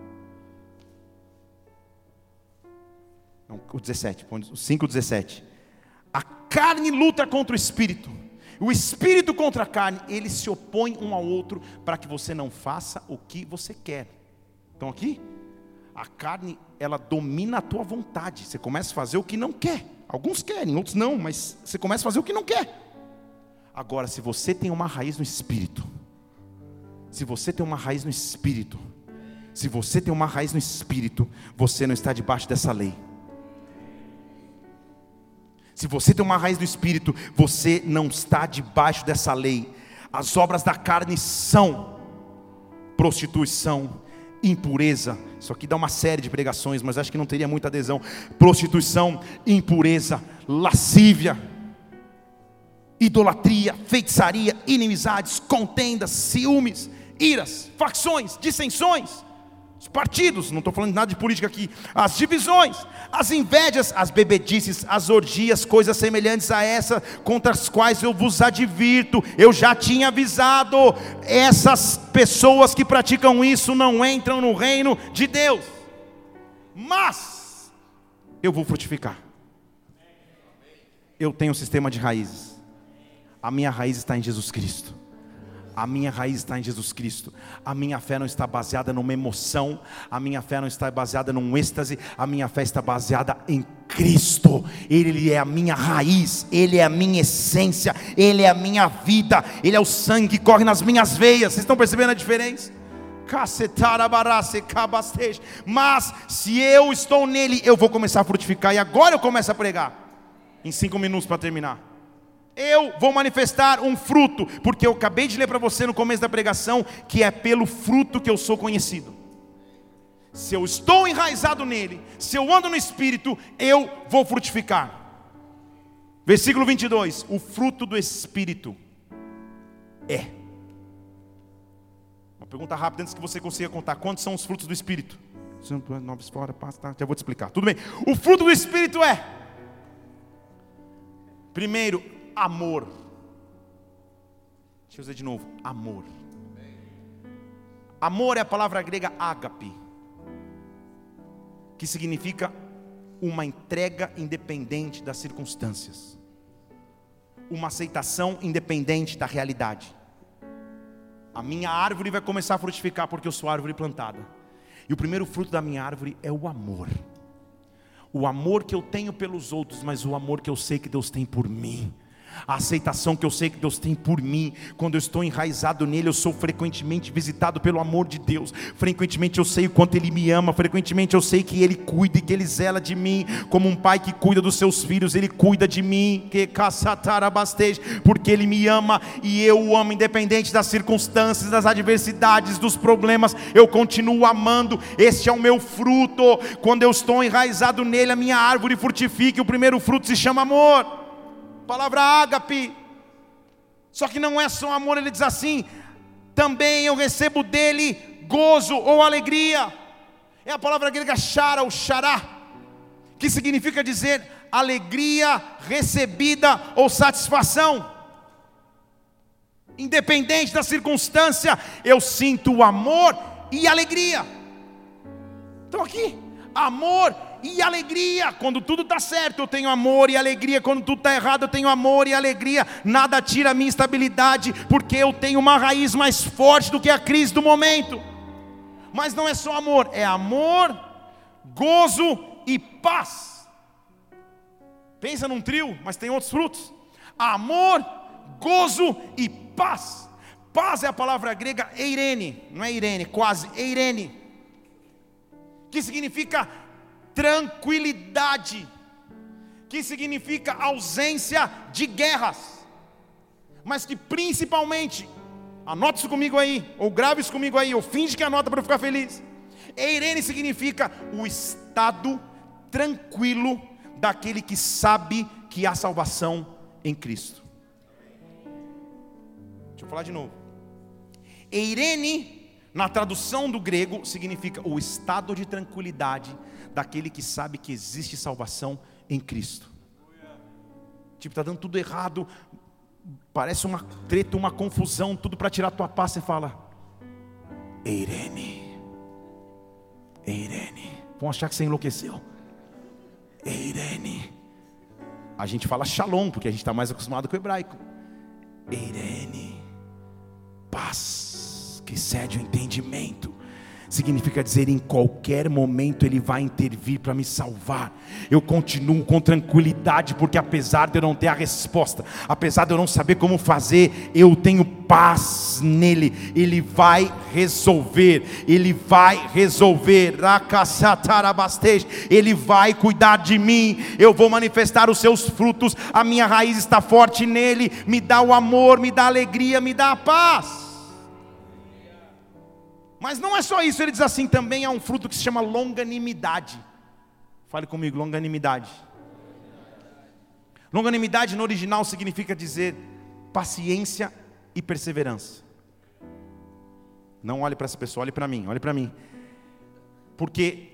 Não, o dezessete, o cinco, dezessete. A carne luta contra o Espírito, o Espírito contra a carne, eles se opõem um ao outro para que você não faça o que você quer. Então aqui, a carne, ela domina a tua vontade. Você começa a fazer o que não quer. Alguns querem, outros não, mas você começa a fazer o que não quer. Agora, se você tem uma raiz no Espírito, se você tem uma raiz no Espírito, se você tem uma raiz no Espírito, você não está debaixo dessa lei. Se você tem uma raiz no Espírito, você não está debaixo dessa lei. As obras da carne são prostituição, impureza. Isso aqui dá uma série de pregações, mas acho que não teria muita adesão. Prostituição, impureza, lascívia, idolatria, feitiçaria, inimizades, contendas, ciúmes, iras, facções, dissensões, os partidos, não estou falando nada de política aqui, as divisões, as invejas, as bebedices, as orgias, coisas semelhantes a essa, contra as quais eu vos advirto. Eu já tinha avisado, essas pessoas que praticam isso não entram no reino de Deus. Mas eu vou frutificar. Eu tenho um sistema de raízes. A minha raiz está em Jesus Cristo. A minha raiz está em Jesus Cristo. A minha fé não está baseada numa emoção. A minha fé não está baseada num êxtase. A minha fé está baseada em Cristo. Ele é a minha raiz. Ele é a minha essência. Ele é a minha vida. Ele é o sangue que corre nas minhas veias. Vocês estão percebendo a diferença? Mas se eu estou nele, eu vou começar a frutificar. E agora eu começo a pregar. Em cinco minutos para terminar. Eu vou manifestar um fruto, porque eu acabei de ler para você no começo da pregação, que é pelo fruto que eu sou conhecido. Se eu estou enraizado nele, se eu ando no Espírito, eu vou frutificar. Versículo vinte e dois, o fruto do Espírito é. Uma pergunta rápida antes que você consiga contar, quantos são os frutos do Espírito? Novos fora, passa, tá? Já vou te explicar. Tudo bem. O fruto do Espírito é: primeiro, amor. Deixa eu dizer de novo, amor. Amor é a palavra grega ágape, que significa uma entrega independente das circunstâncias, uma aceitação independente da realidade. A minha árvore vai começar a frutificar porque eu sou árvore plantada, e o primeiro fruto da minha árvore é o amor. O amor que eu tenho pelos outros, mas o amor que eu sei que Deus tem por mim. A aceitação que eu sei que Deus tem por mim. Quando eu estou enraizado nele, eu sou frequentemente visitado pelo amor de Deus. Frequentemente eu sei o quanto Ele me ama. Frequentemente eu sei que Ele cuida e que Ele zela de mim. Como um pai que cuida dos seus filhos, Ele cuida de mim. Porque Ele me ama e eu o amo, independente das circunstâncias, das adversidades, dos problemas. Eu continuo amando. Este é o meu fruto. Quando eu estou enraizado nele, a minha árvore frutifica. E o primeiro fruto se chama amor. Palavra ágape. Só que não é só amor, ele diz assim: também eu recebo dele gozo ou alegria. É a palavra grega chara ou xará, que significa dizer alegria recebida ou satisfação. Independente da circunstância, eu sinto o amor e alegria. Então aqui, amor e alegria. Quando tudo está certo, eu tenho amor e alegria. Quando tudo está errado, eu tenho amor e alegria. Nada tira a minha estabilidade, porque eu tenho uma raiz mais forte do que a crise do momento. Mas não é só amor, é amor, gozo e paz. Pensa num trio, mas tem outros frutos: amor, gozo e paz. Paz é a palavra grega eirene, não é Irene, quase, eirene, que significa tranquilidade, que significa ausência de guerras, mas que principalmente, anote isso comigo aí, ou grave isso comigo aí, ou finge que anota para eu ficar feliz. Eirene significa o estado tranquilo daquele que sabe que há salvação em Cristo. Deixa eu falar de novo. Eirene, na tradução do grego, significa o estado de tranquilidade daquele que sabe que existe salvação em Cristo. Tipo, está dando tudo errado, parece uma treta, uma confusão, tudo para tirar a tua paz. Você fala: Eirene, Eirene. Vão achar que você enlouqueceu. Eirene. A gente fala shalom, porque a gente está mais acostumado com o hebraico. Eirene, paz que excede o entendimento. Significa dizer, em qualquer momento Ele vai intervir para me salvar. Eu continuo com tranquilidade, porque apesar de eu não ter a resposta, apesar de eu não saber como fazer, eu tenho paz nele. Ele vai resolver, Ele vai resolver. Ele vai cuidar de mim. Eu vou manifestar os seus frutos. A minha raiz está forte nele. Me dá o amor, me dá a alegria, me dá a paz. Mas não é só isso, ele diz assim, também há um fruto que se chama longanimidade. Fale comigo, longanimidade. Longanimidade no original significa dizer paciência e perseverança. Não olhe para essa pessoa, olhe para mim, olhe para mim. Porque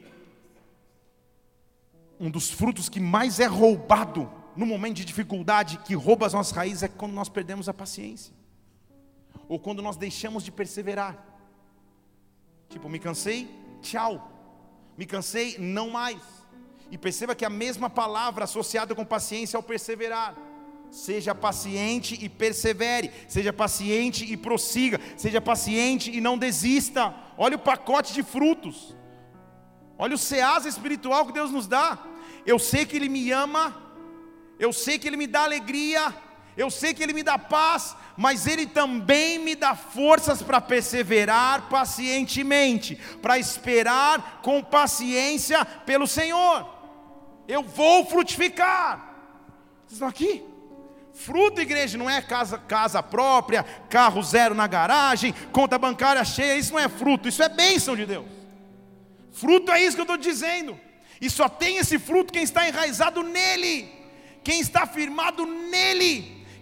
um dos frutos que mais é roubado no momento de dificuldade, que rouba as nossas raízes, é quando nós perdemos a paciência. Ou quando nós deixamos de perseverar. Tipo, me cansei, tchau. Me cansei, não mais. E perceba que a mesma palavra associada com paciência é o perseverar. Seja paciente e persevere. Seja paciente e prossiga. Seja paciente e não desista. Olha o pacote de frutos. Olha o ceasa espiritual que Deus nos dá. Eu sei que Ele me ama. Eu sei que Ele me dá alegria. Eu sei que Ele me dá paz, mas Ele também me dá forças para perseverar pacientemente, para esperar com paciência pelo Senhor. Eu vou frutificar. Vocês estão aqui? Fruto, igreja, não é casa, casa própria, carro zero na garagem, conta bancária cheia. Isso não é fruto, isso é bênção de Deus. Fruto é isso que eu estou dizendo. E só tem esse fruto quem está enraizado nele, quem está firmado nele,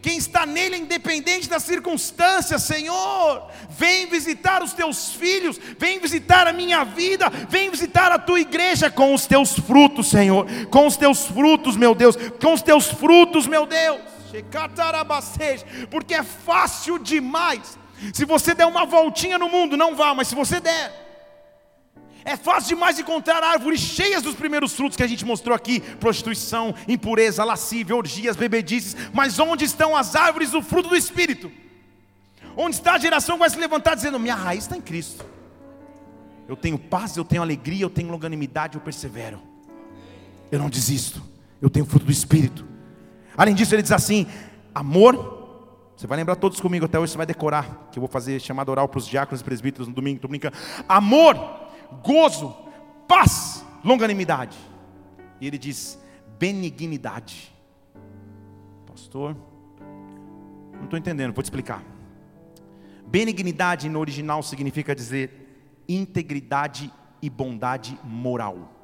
Quem está nele é independente das circunstâncias. Senhor, vem visitar os teus filhos, vem visitar a minha vida, vem visitar a tua igreja com os teus frutos, Senhor, com os teus frutos, meu Deus, com os teus frutos, meu Deus, porque é fácil demais. Se você der uma voltinha no mundo, não vá, mas se você der, é fácil demais encontrar árvores cheias dos primeiros frutos que a gente mostrou aqui: prostituição, impureza, lascívia, orgias, bebedices. Mas onde estão as árvores do fruto do Espírito? Onde está a geração que vai se levantar dizendo: minha raiz está em Cristo, eu tenho paz, eu tenho alegria, eu tenho longanimidade, eu persevero, eu não desisto, eu tenho fruto do Espírito. Além disso, ele diz assim: amor. Você vai lembrar todos comigo, até hoje você vai decorar, que eu vou fazer chamada oral para os diáconos e presbíteros no domingo, estou brincando. Amor, gozo, paz, longanimidade. E ele diz benignidade. Pastor, não estou entendendo, vou te explicar. Benignidade no original significa dizer integridade e bondade moral.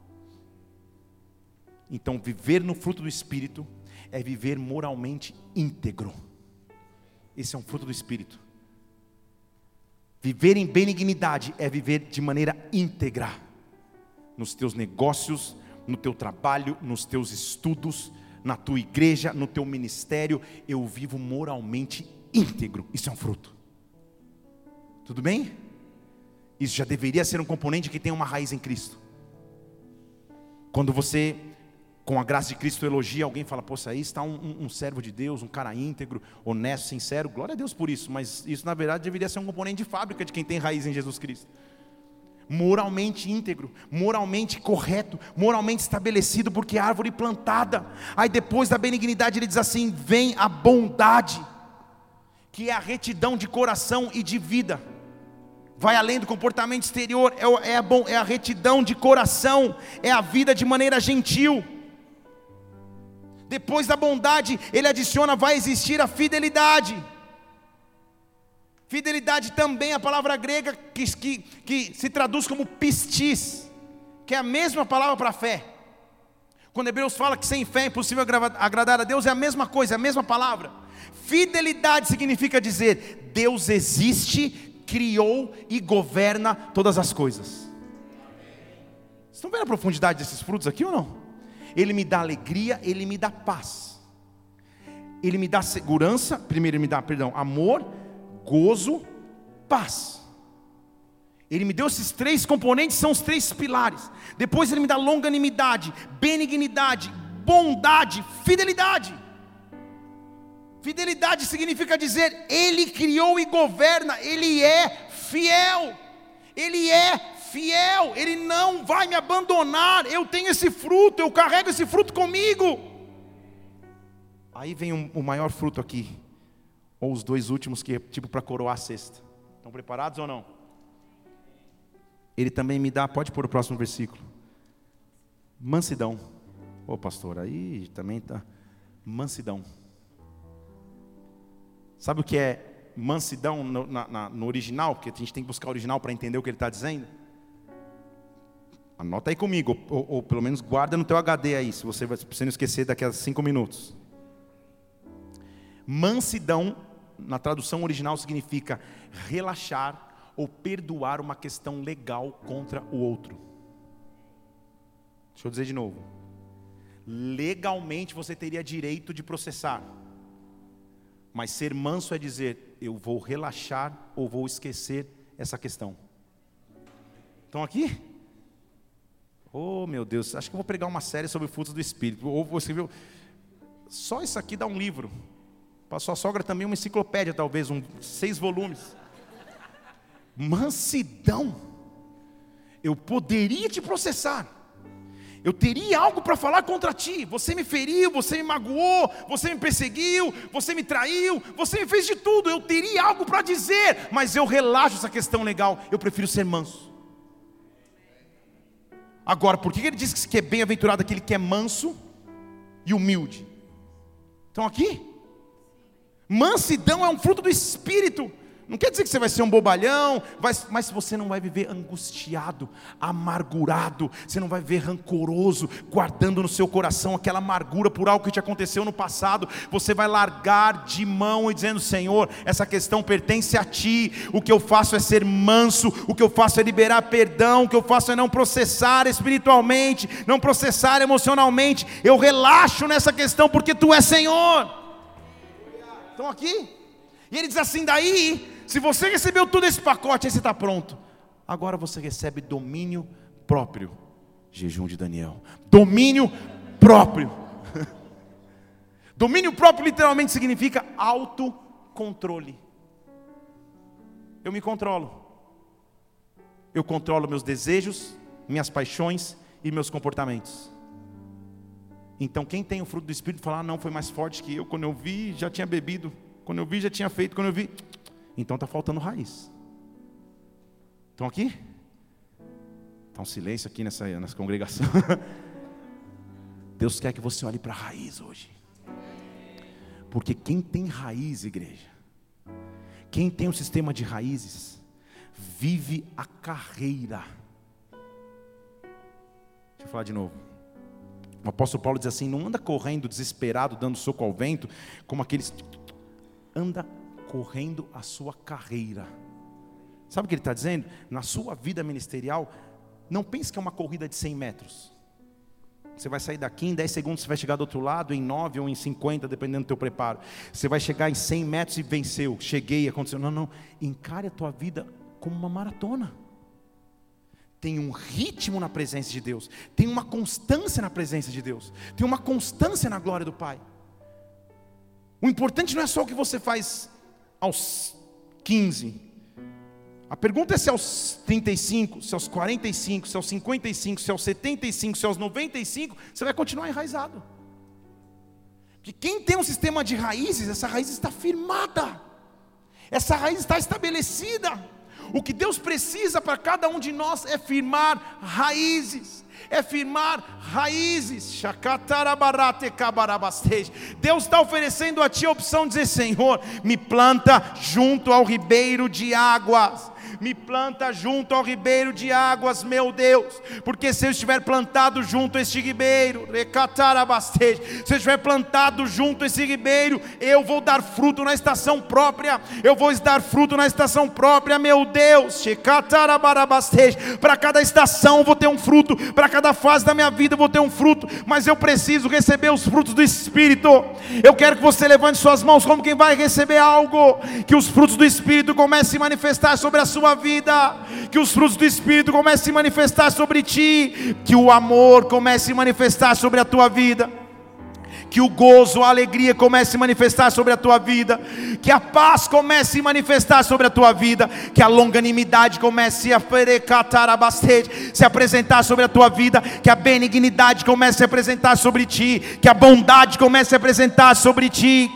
Então viver no fruto do Espírito é viver moralmente íntegro. Esse é um fruto do Espírito. Viver em benignidade é viver de maneira íntegra, nos teus negócios, no teu trabalho, nos teus estudos, na tua igreja, no teu ministério. Eu vivo moralmente íntegro. Isso é um fruto. Tudo bem? Isso já deveria ser um componente que tem uma raiz em Cristo. Quando você, com a graça de Cristo, elogia alguém, fala: poxa, aí está um, um, um servo de Deus, um cara íntegro, honesto, sincero. Glória a Deus por isso. Mas isso na verdade deveria ser um componente de fábrica de quem tem raiz em Jesus Cristo. Moralmente íntegro, moralmente correto, moralmente estabelecido, porque é árvore plantada. Aí depois da benignidade ele diz assim: vem a bondade, que é a retidão de coração e de vida. Vai além do comportamento exterior, é, é, a, bom, é a retidão de coração, é a vida de maneira gentil. Depois da bondade, ele adiciona: vai existir a fidelidade. Fidelidade também é a palavra grega que, que, que se traduz como pistis, que é a mesma palavra para fé. Quando Hebreus fala que sem fé é impossível agradar a Deus, é a mesma coisa, é a mesma palavra. Fidelidade significa dizer: Deus existe, criou e governa todas as coisas. Vocês estão vendo a profundidade desses frutos aqui ou não? Ele me dá alegria, ele me dá paz, ele me dá segurança. Primeiro ele me dá, perdão, amor, gozo, paz. Ele me deu esses três componentes, são os três pilares. Depois ele me dá longanimidade, benignidade, bondade, fidelidade. Fidelidade significa dizer: ele criou e governa, ele é fiel, ele é fiel, ele não vai me abandonar. Eu tenho esse fruto, eu carrego esse fruto comigo. Aí vem um, o maior fruto aqui, ou os dois últimos, que é tipo para coroar a cesta. Estão preparados ou não? Ele também me dá, pode pôr o próximo versículo, mansidão. Ô pastor, aí também está, mansidão. Sabe o que é mansidão no, na, na, no original? Porque a gente tem que buscar o original para entender o que ele está dizendo. Anota aí comigo, ou, ou pelo menos guarda no teu H D aí, se você, se você não esquecer daqui a cinco minutos. Mansidão, na tradução original, significa relaxar ou perdoar uma questão legal contra o outro. Deixa eu dizer de novo. Legalmente você teria direito de processar, mas ser manso é dizer: eu vou relaxar ou vou esquecer essa questão. Estão aqui? Oh meu Deus, acho que eu vou pregar uma série sobre frutos do Espírito. Ou você viu? Só isso aqui dá um livro. Para sua sogra também uma enciclopédia, talvez, um, seis volumes. Mansidão. Eu poderia te processar. Eu teria algo para falar contra ti. Você me feriu, você me magoou, você me perseguiu, você me traiu, você me fez de tudo. Eu teria algo para dizer, mas eu relaxo essa questão legal. Eu prefiro ser manso. Agora, por que ele diz que é bem-aventurado aquele que é manso e humilde? Estão aqui? Mansidão é um fruto do Espírito. Não quer dizer que você vai ser um bobalhão, vai, mas você não vai viver angustiado, amargurado, você não vai viver rancoroso, guardando no seu coração aquela amargura por algo que te aconteceu no passado. Você vai largar de mão e dizendo: Senhor, essa questão pertence a Ti, o que eu faço é ser manso, o que eu faço é liberar perdão, o que eu faço é não processar espiritualmente, não processar emocionalmente, eu relaxo nessa questão porque Tu és Senhor. Estão aqui? E ele diz assim: daí, se você recebeu todo esse pacote, aí você está pronto. Agora você recebe domínio próprio. Jejum de Daniel. Domínio próprio. Domínio próprio literalmente significa autocontrole. Eu me controlo. Eu controlo meus desejos, minhas paixões e meus comportamentos. Então quem tem o fruto do Espírito fala: ah, não, foi mais forte que eu. Quando eu vi, já tinha bebido. Quando eu vi, já tinha feito. Quando eu vi, então está faltando raiz. Estão aqui? Está um silêncio aqui nessa, nessa congregação. Deus quer que você olhe para a raiz hoje. Porque quem tem raiz, igreja, quem tem um sistema de raízes, vive a carreira. Deixa eu falar de novo. O apóstolo Paulo diz assim: não anda correndo desesperado, dando soco ao vento, como aqueles... Anda correndo a sua carreira. Sabe o que ele está dizendo? Na sua vida ministerial, não pense que é uma corrida de cem metros. Você vai sair daqui, em dez segundos você vai chegar do outro lado, em nove ou em cinquenta, dependendo do teu preparo. Você vai chegar em cem metros e venceu. Cheguei, aconteceu. Não, não. Encare a tua vida como uma maratona. Tem um ritmo na presença de Deus. Tem uma constância na presença de Deus. Tem uma constância na glória do Pai. O importante não é só o que você faz aos quinze. A pergunta é se aos trinta e cinco, se aos quarenta e cinco, se aos cinquenta e cinco, se aos setenta e cinco, se aos noventa e cinco, você vai continuar enraizado. Porque quem tem um sistema de raízes, essa raiz está firmada. Essa raiz está estabelecida. O que Deus precisa para cada um de nós é firmar raízes. É firmar raízes. Deus está oferecendo a ti a opção de dizer: Senhor, me planta junto ao ribeiro de águas. Me planta junto ao ribeiro de águas, meu Deus. Porque se eu estiver plantado junto a este ribeiro, se eu estiver plantado junto a esse ribeiro, eu vou dar fruto na estação própria. Eu vou dar fruto na estação própria, meu Deus. Para cada estação eu vou ter um fruto. Para cada fase da minha vida eu vou ter um fruto. Mas eu preciso receber os frutos do Espírito. Eu quero que você levante suas mãos como quem vai receber algo. Que os frutos do Espírito comecem a se manifestar sobre a sua vida, que os frutos do Espírito comecem a se manifestar sobre ti, que o amor comece a se manifestar sobre a tua vida, que o gozo, a alegria comece a se manifestar sobre a tua vida, que a paz comece a se manifestar sobre a tua vida, que a longanimidade comece a se apresentar sobre a tua vida, que a benignidade comece a se apresentar sobre ti, que a bondade comece a se apresentar sobre ti,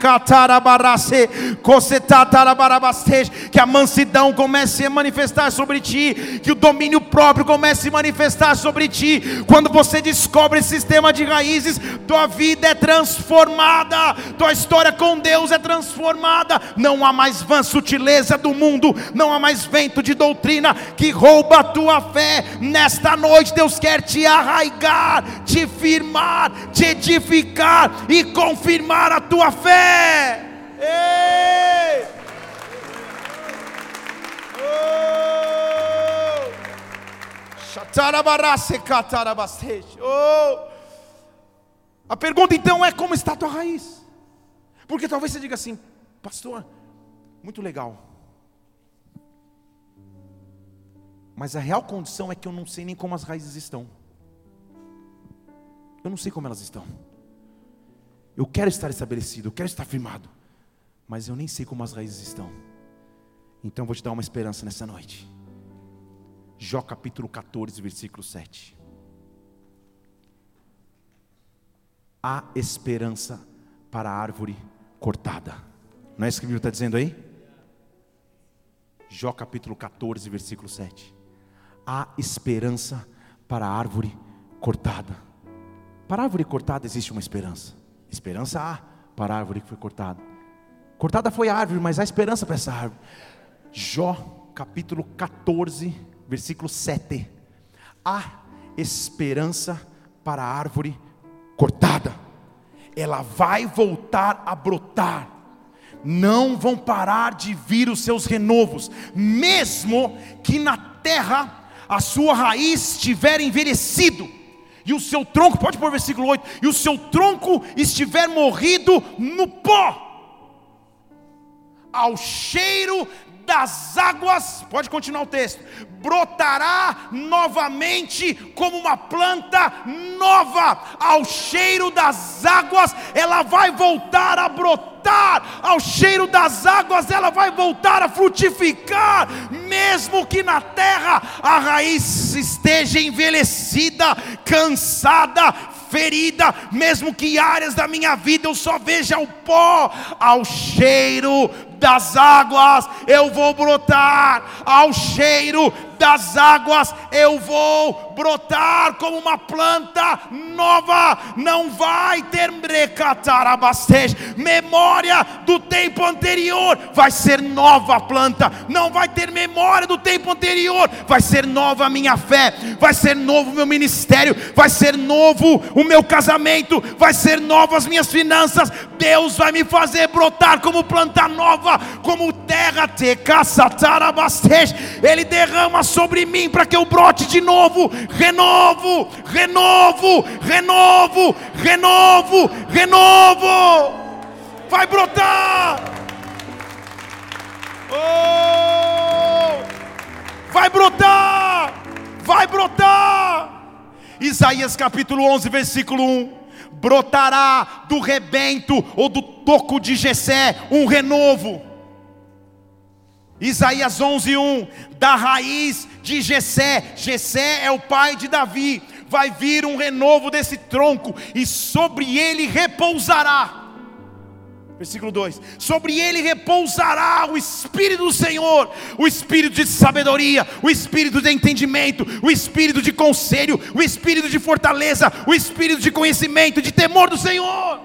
que a mansidão comece a manifestar sobre ti, que o domínio próprio comece a se manifestar sobre ti. Quando você descobre esse sistema de raízes, tua vida é transformada. Transformada, tua história com Deus é transformada. Não há mais vã sutileza do mundo, não há mais vento de doutrina que rouba a tua fé. Nesta noite Deus quer te arraigar, te firmar, te edificar e confirmar a tua fé. Ei! Oh! A pergunta então é: como está a tua raiz? Porque talvez você diga assim: pastor, muito legal, mas a real condição é que eu não sei nem como as raízes estão. Eu não sei como elas estão. Eu quero estar estabelecido, eu quero estar firmado, mas eu nem sei como as raízes estão. Então eu vou te dar uma esperança nessa noite. Jó capítulo quatorze, versículo sete. Há esperança para a árvore cortada. Não é isso que a Bíblia está dizendo aí? Jó capítulo quatorze, versículo sete. Há esperança para a árvore cortada. Para a árvore cortada existe uma esperança. Esperança há para a árvore que foi cortada. Cortada foi a árvore, mas há esperança para essa árvore. Jó capítulo quatorze, versículo sete. Há esperança para a árvore cortada, ela vai voltar a brotar, não vão parar de vir os seus renovos, mesmo que na terra a sua raiz estiver envelhecido, e o seu tronco, pode pôr versículo oito, e o seu tronco estiver morrido no pó, ao cheiro das águas, pode continuar o texto, brotará novamente como uma planta nova, ao cheiro das águas ela vai voltar a brotar, ao cheiro das águas ela vai voltar a frutificar, mesmo que na terra a raiz esteja envelhecida, cansada, ferida, mesmo que áreas da minha vida eu só veja o pó, ao cheiro das águas eu vou brotar, ao cheiro das águas eu vou brotar como uma planta nova, não vai ter memória do tempo anterior, vai ser nova a planta, não vai ter memória do tempo anterior, vai ser nova a minha fé, vai ser novo o meu ministério, vai ser novo o meu casamento, vai ser novo as minhas finanças, Deus vai me fazer brotar como planta nova, como terra, Ele derrama sobre mim para que eu brote de novo, renovo, renovo, renovo, renovo, renovo, vai brotar, oh, vai brotar, vai brotar. Isaías capítulo onze, versículo um: brotará do rebento ou do toco de Jessé um renovo. Isaías onze, um: da raiz de Jessé, Jessé é o pai de Davi, vai vir um renovo desse tronco, e sobre ele repousará. Versículo dois: sobre ele repousará o Espírito do Senhor, o Espírito de sabedoria, o Espírito de entendimento, o Espírito de conselho, o Espírito de fortaleza, o Espírito de conhecimento, de temor do Senhor.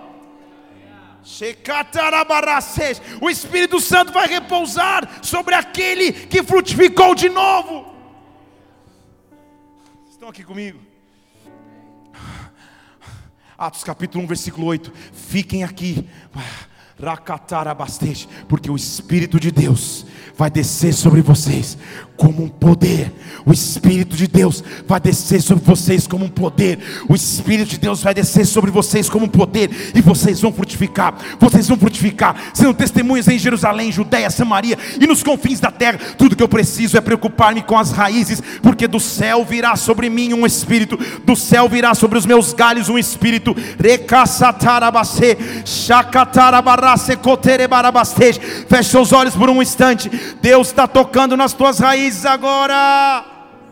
O Espírito Santo vai repousar sobre aquele que frutificou de novo. Estão aqui comigo? Atos capítulo um, versículo oito: fiquem aqui, porque o Espírito de Deus vai descer sobre vocês como um poder. O Espírito de Deus vai descer sobre vocês como um poder. O Espírito de Deus vai descer sobre vocês como um poder, e vocês vão frutificar. Vocês vão frutificar, sendo testemunhas em Jerusalém, Judeia, Samaria e nos confins da terra. Tudo que eu preciso é preocupar-me com as raízes, porque do céu virá sobre mim um Espírito, do céu virá sobre os meus galhos um Espírito. Feche seus olhos por um instante. Deus está tocando nas tuas raízes agora.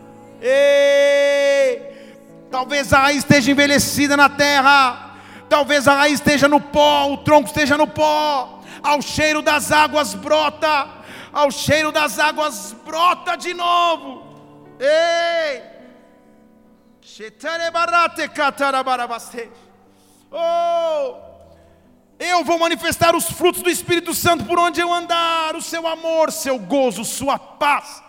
Ei, talvez a raiz esteja envelhecida na terra, talvez a raiz esteja no pó, o tronco esteja no pó. Ao cheiro das águas brota, ao cheiro das águas brota de novo. Ei, oh, eu vou manifestar os frutos do Espírito Santo por onde eu andar: o seu amor, seu gozo, sua paz,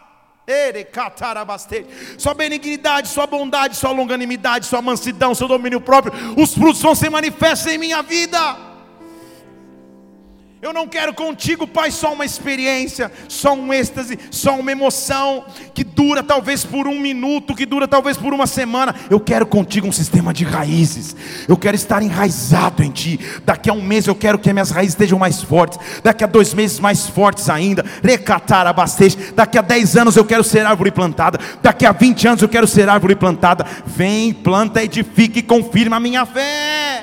sua benignidade, sua bondade, sua longanimidade, sua mansidão, seu domínio próprio. Os frutos vão ser manifestos em minha vida. Eu não quero contigo, Pai, só uma experiência, só um êxtase, só uma emoção que dura talvez por um minuto, que dura talvez por uma semana. Eu quero contigo um sistema de raízes. Eu quero estar enraizado em Ti. Daqui a um mês eu quero que minhas raízes estejam mais fortes. Daqui a dois meses mais fortes ainda. Daqui a dez anos eu quero ser árvore plantada. Daqui a vinte anos eu quero ser árvore plantada. Vem, planta, edifica e confirma a minha fé.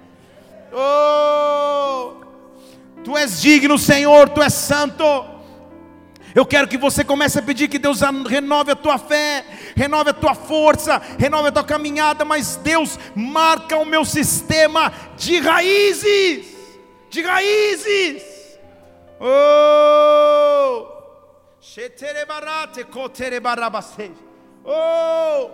Oh, Tu és digno, Senhor, Tu és santo. Eu quero que você comece a pedir que Deus renove a tua fé, renove a tua força, renove a tua caminhada. Mas Deus, marca o meu sistema de raízes, de raízes. Oh, oh,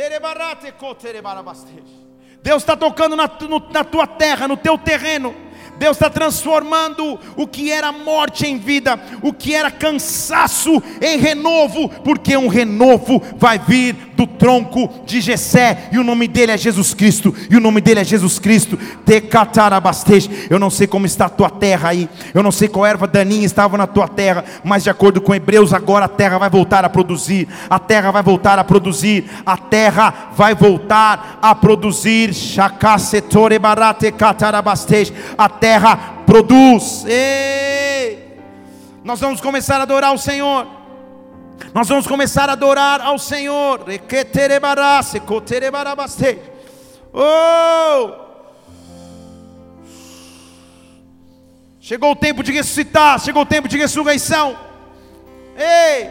Deus está tocando na, no, na tua terra, no teu terreno. Deus está transformando o que era morte em vida, o que era cansaço em renovo, porque um renovo vai vir do tronco de Jessé, e o nome dele é Jesus Cristo, e o nome dele é Jesus Cristo. Eu não sei como está a tua terra aí, eu não sei qual erva daninha estava na tua terra, mas de acordo com Hebreus, agora a terra vai voltar a produzir, a terra vai voltar a produzir, a terra vai voltar a produzir, a terra produz. Ei! Nós vamos começar a adorar o Senhor, nós vamos começar a adorar ao Senhor. Oh! Chegou o tempo de ressuscitar, chegou o tempo de ressurreição. Ei!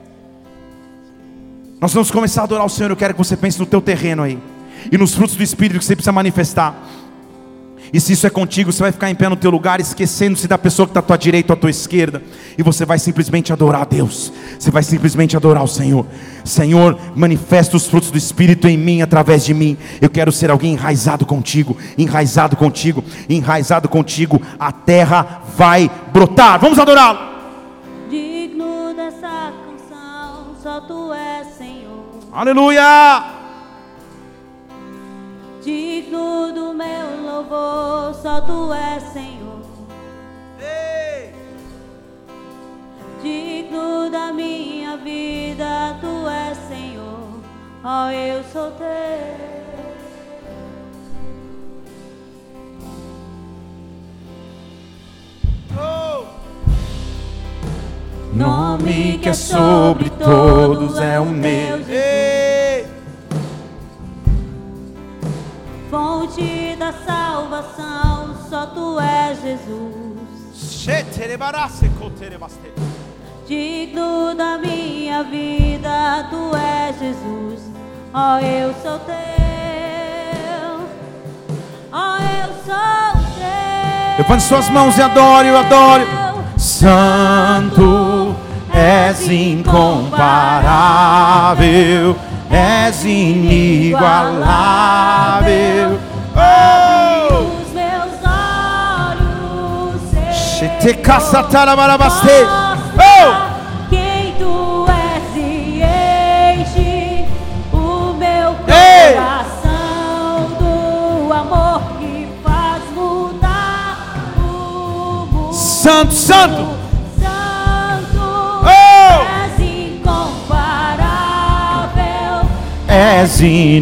Nós vamos começar a adorar o Senhor. Eu quero que você pense no teu terreno aí, e nos frutos do Espírito que você precisa manifestar. E se isso é contigo, você vai ficar em pé no teu lugar, esquecendo-se da pessoa que está à tua direita ou à tua esquerda, e você vai simplesmente adorar a Deus. Você vai simplesmente adorar o Senhor. Senhor, manifesta os frutos do Espírito em mim, através de mim. Eu quero ser alguém enraizado contigo, enraizado contigo, enraizado contigo. A terra vai brotar. Vamos adorá-lo. Digno dessa canção, só tu és, Senhor. Aleluia! Digno do meu louvor, só tu és, Senhor. Ei! Digno da minha vida, tu és, Senhor. Ó, eu sou teu. Oh! Nome que é sobre todos é o meu Jesus. Ei! Fonte da salvação, só tu és, Jesus. Digno da minha vida, tu és, Jesus. Ó, oh, eu sou teu. Ó, oh, eu sou teu. Levante suas mãos e adore, eu adoro. Santo, és incomparável, és inigualável. Oh! Os meus olhos Mostra quem tu és e enche o meu Ei! coração do amor que faz mudar o mundo. Santo, santo. Santo, Oh! és incomparável, És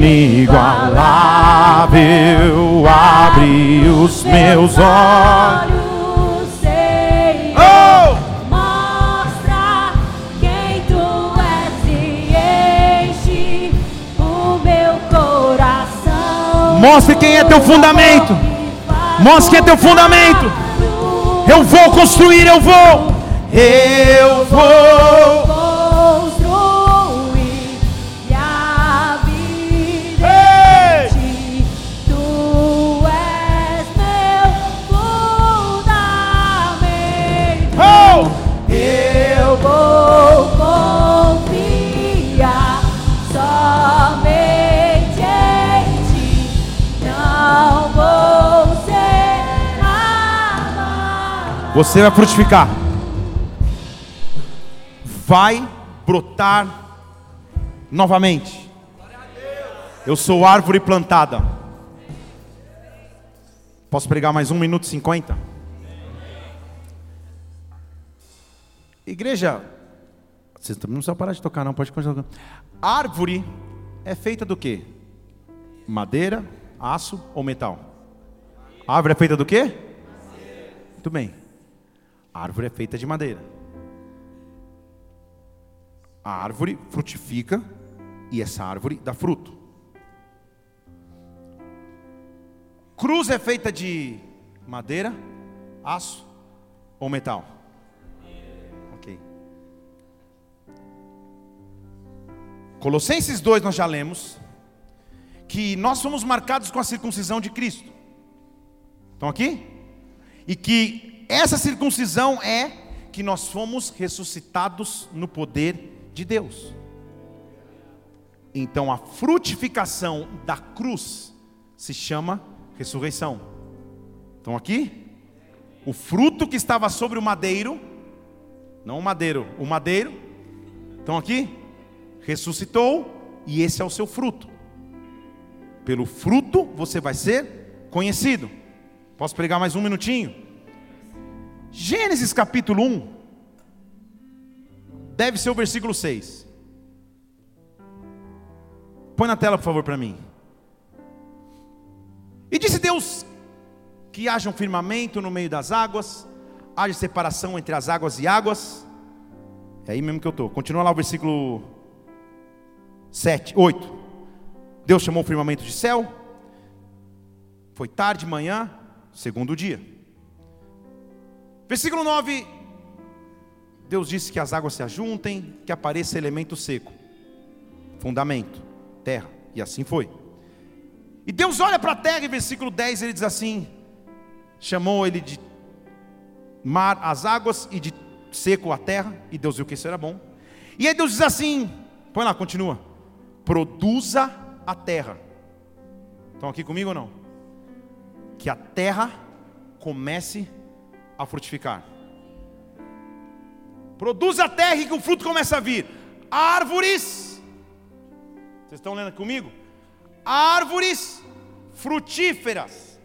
inigualável, abre os meus olhos, Senhor. oh! Mostra quem tu és e enche o meu coração. Mostre quem é teu fundamento, mostre quem é teu fundamento. Eu vou construir, eu vou, eu vou. Construir minha vida Ei! em ti. Tu és meu fundamento. Oh! Eu vou confiar somente em ti. Não vou ser amado. Você vai frutificar, vai brotar novamente. Eu sou árvore plantada. Posso pregar mais um minuto e cinquenta? Igreja, vocês também não precisam parar de tocar não, pode continuar tocando. Árvore é feita do quê? Madeira, aço ou metal? A árvore é feita do quê? Muito bem. A árvore é feita de madeira. A árvore frutifica e essa árvore dá fruto. Cruz é feita de madeira, aço ou metal? Ok. Colossenses dois nós já lemos que nós somos marcados com a circuncisão de Cristo. Estão aqui? E que essa circuncisão é que nós fomos ressuscitados no poder de Deus. Então a frutificação da cruz se chama ressurreição. Estão aqui? o fruto que estava sobre o madeiro, não o madeiro, o madeiro, estão aqui? Ressuscitou, e esse é o seu fruto. Pelo fruto você vai ser conhecido. Posso pregar mais um minutinho? Gênesis capítulo um, deve ser o versículo seis. Põe na tela por favor para mim. E disse Deus que haja um firmamento no meio das águas, haja separação entre as águas e águas. É aí mesmo que eu estou. Continua lá o versículo sete, oito. Deus chamou o firmamento de céu. Foi tarde, manhã, segundo dia. Versículo nove. Deus disse que as águas se ajuntem, que apareça elemento seco, fundamento, terra. E assim foi. E Deus olha para a terra, e versículo dez ele diz assim: chamou ele de mar as águas e de seco a terra, e Deus viu que isso era bom. E aí Deus diz assim, põe lá, continua: produza a terra. Estão aqui comigo ou não? Que a terra comece a frutificar. Produza a terra e que o fruto comece a vir. Árvores, vocês estão lendo comigo? Árvores frutíferas.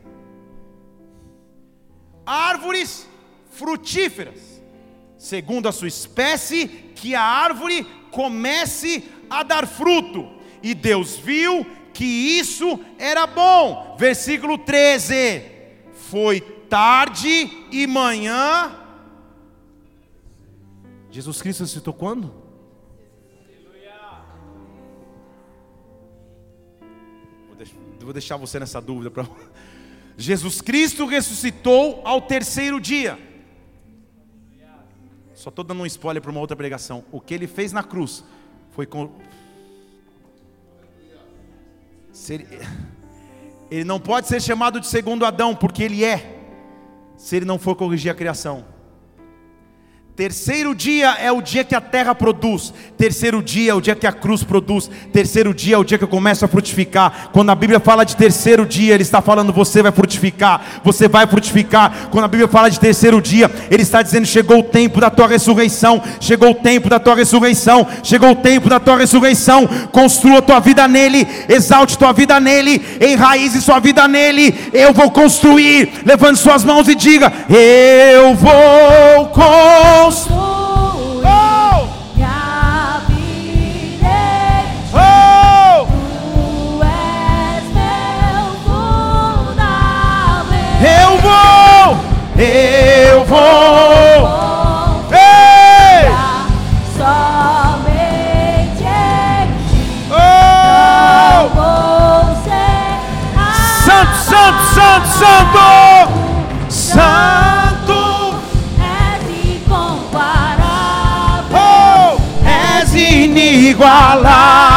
Árvores frutíferas, segundo a sua espécie, que a árvore comece a dar fruto. E Deus viu que isso era bom. Versículo treze. Foi tarde e manhã. Jesus Cristo ressuscitou quando? Vou deixar você nessa dúvida pra... Jesus Cristo ressuscitou ao terceiro dia. Só estou dando um spoiler para uma outra pregação. O que ele fez na cruz foi com... Ele não pode ser chamado de segundo Adão, porque ele é, se ele não for corrigir a criação. Terceiro dia é o dia que a terra produz. Terceiro dia é o dia que a cruz produz. Terceiro dia é o dia que eu começo a frutificar. Quando a Bíblia fala de terceiro dia, Ele está falando: você vai frutificar, você vai frutificar. Quando a Bíblia fala de terceiro dia, Ele está dizendo: chegou o tempo da tua ressurreição. Chegou o tempo da tua ressurreição. Chegou o tempo da tua ressurreição. Construa tua vida nele, exalte tua vida nele, enraize sua vida nele. Eu vou construir. Levante suas mãos e diga: eu vou construir. Oh! Minha vida Oh! Tu és meu fundamento. Eu vou, eu vou, ei! Somente em ti Oh! eu vou ser Santo, santo, santo, santo, santo. Inigualável.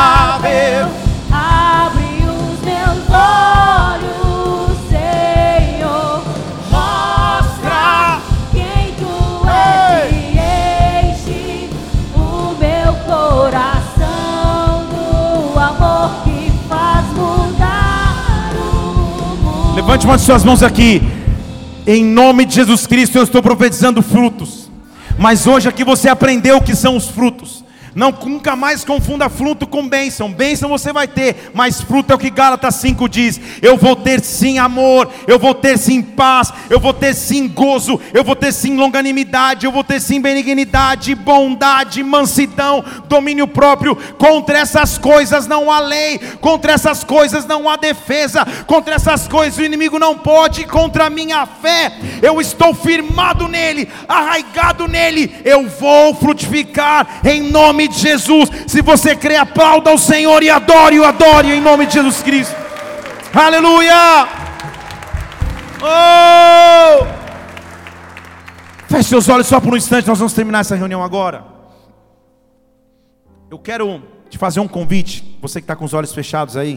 Abre os meus olhos, Senhor. Mostra quem tu és e enche o meu coração do amor que faz mudar o mundo. Levante uma de suas mãos aqui. Em nome de Jesus Cristo eu estou profetizando frutos. Mas hoje aqui você aprendeu o que são os frutos. Não, nunca mais confunda fruto com bênção. Bênção você vai ter, mas fruto é o que Gálatas cinco diz. Eu vou ter sim amor, eu vou ter sim paz, eu vou ter sim gozo, eu vou ter sim longanimidade, eu vou ter sim benignidade, bondade, mansidão, domínio próprio. Contra essas coisas não há lei, contra essas coisas não há defesa, contra essas coisas o inimigo não pode. Contra a minha fé, eu estou firmado nele, arraigado nele, eu vou frutificar em nome de Jesus. Se você crê, aplauda ao Senhor e adore-o, adore em nome de Jesus Cristo. Aleluia. Oh! Feche seus olhos só por um instante, nós vamos terminar essa reunião agora. Eu quero te fazer um convite. Você que está com os olhos fechados aí,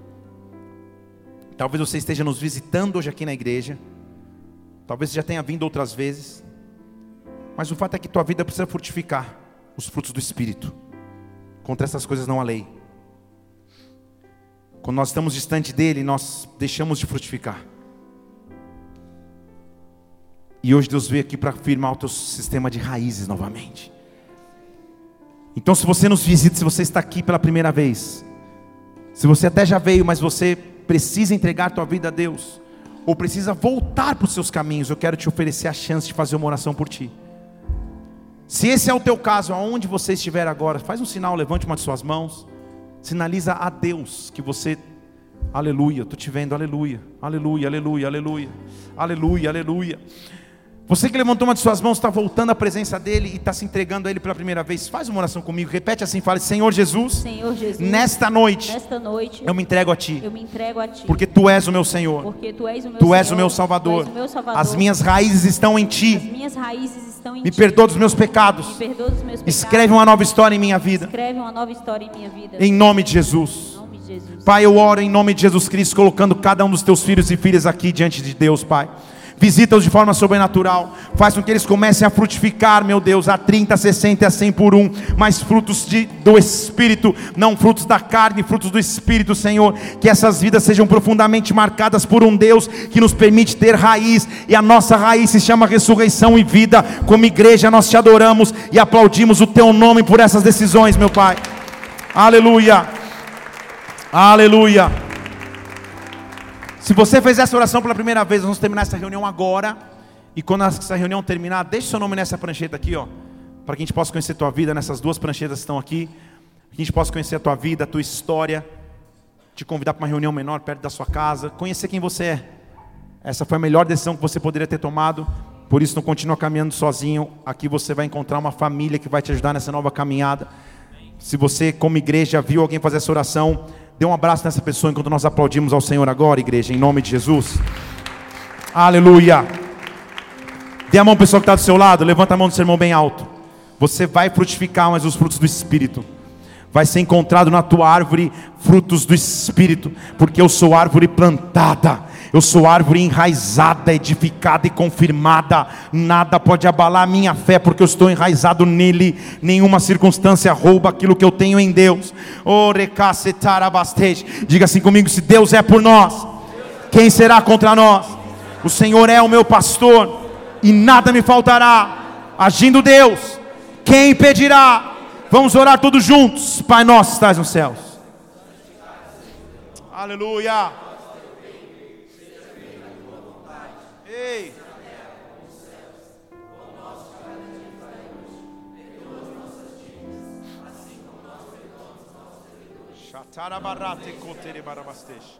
talvez você esteja nos visitando hoje aqui na igreja, talvez você já tenha vindo outras vezes, mas o fato é que tua vida precisa frutificar os frutos do Espírito. Contra essas coisas não há lei. Quando nós estamos distante dele, nós deixamos de frutificar. E hoje Deus veio aqui para firmar o teu sistema de raízes novamente. Então, se você nos visita, se você está aqui pela primeira vez, se você até já veio, mas você precisa entregar a tua vida a Deus, ou precisa voltar para os seus caminhos, eu quero te oferecer a chance de fazer uma oração por ti. Se esse é o teu caso, aonde você estiver agora, faz um sinal, levante uma de suas mãos, sinaliza a Deus que você, aleluia, estou te vendo, aleluia, aleluia, aleluia, aleluia, aleluia, aleluia. Você que levantou uma de suas mãos, está voltando à presença dEle e está se entregando a Ele pela primeira vez. Faz uma oração comigo, repete assim, fala: Senhor Jesus, Senhor Jesus, nesta noite, nesta noite eu me entrego a Ti, eu me entrego a Ti, porque Tu és o meu Senhor, porque Tu és o meu, Tu és Senhor, o meu Salvador, Tu és o meu Salvador. As minhas raízes estão em As Ti, minhas raízes estão em me Ti. perdoa dos meus pecados, Me perdoa dos meus pecados. escreve uma nova história em minha vida, Escreve uma nova história em minha vida. em nome de Jesus. Em nome de Jesus. Pai, eu oro em nome de Jesus Cristo, colocando cada um dos Teus filhos e filhas aqui diante de Deus, Pai. Visita-os de forma sobrenatural, faz com que eles comecem a frutificar, meu Deus, a trinta, a sessenta e a cem por um, mas frutos de, do Espírito, não frutos da carne, frutos do Espírito, Senhor. Que essas vidas sejam profundamente marcadas por um Deus que nos permite ter raiz, e a nossa raiz se chama ressurreição e vida. Como igreja nós te adoramos e aplaudimos o Teu nome por essas decisões, meu Pai. Aleluia, aleluia. Se você fez essa oração pela primeira vez, nós vamos terminar essa reunião agora. E quando essa reunião terminar, deixe seu nome nessa prancheta aqui, ó, para que a gente possa conhecer a tua vida, nessas duas pranchetas que estão aqui. Que a gente possa conhecer a tua vida, a tua história. Te convidar para uma reunião menor, perto da sua casa. Conhecer quem você é. Essa foi a melhor decisão que você poderia ter tomado. Por isso não continua caminhando sozinho. Aqui você vai encontrar uma família que vai te ajudar nessa nova caminhada. Se você, como igreja, viu alguém fazer essa oração, dê um abraço nessa pessoa enquanto nós aplaudimos ao Senhor agora, igreja, em nome de Jesus. Aleluia. Dê a mão para a pessoa que está do seu lado, levanta a mão do seu irmão bem alto. Você vai frutificar, mas os frutos do Espírito. Vai ser encontrado na tua árvore frutos do Espírito, porque eu sou árvore plantada, eu sou árvore enraizada, edificada e confirmada. Nada pode abalar a minha fé, porque eu estou enraizado nele. Nenhuma circunstância rouba aquilo que eu tenho em Deus. Oh, diga assim comigo: se Deus é por nós, quem será contra nós? O Senhor é o meu pastor e nada me faltará. Agindo Deus, quem impedirá? Vamos orar todos juntos. Pai nosso que estás nos céus. Aleluia. Ei. Shatarabarate kotere barabastej.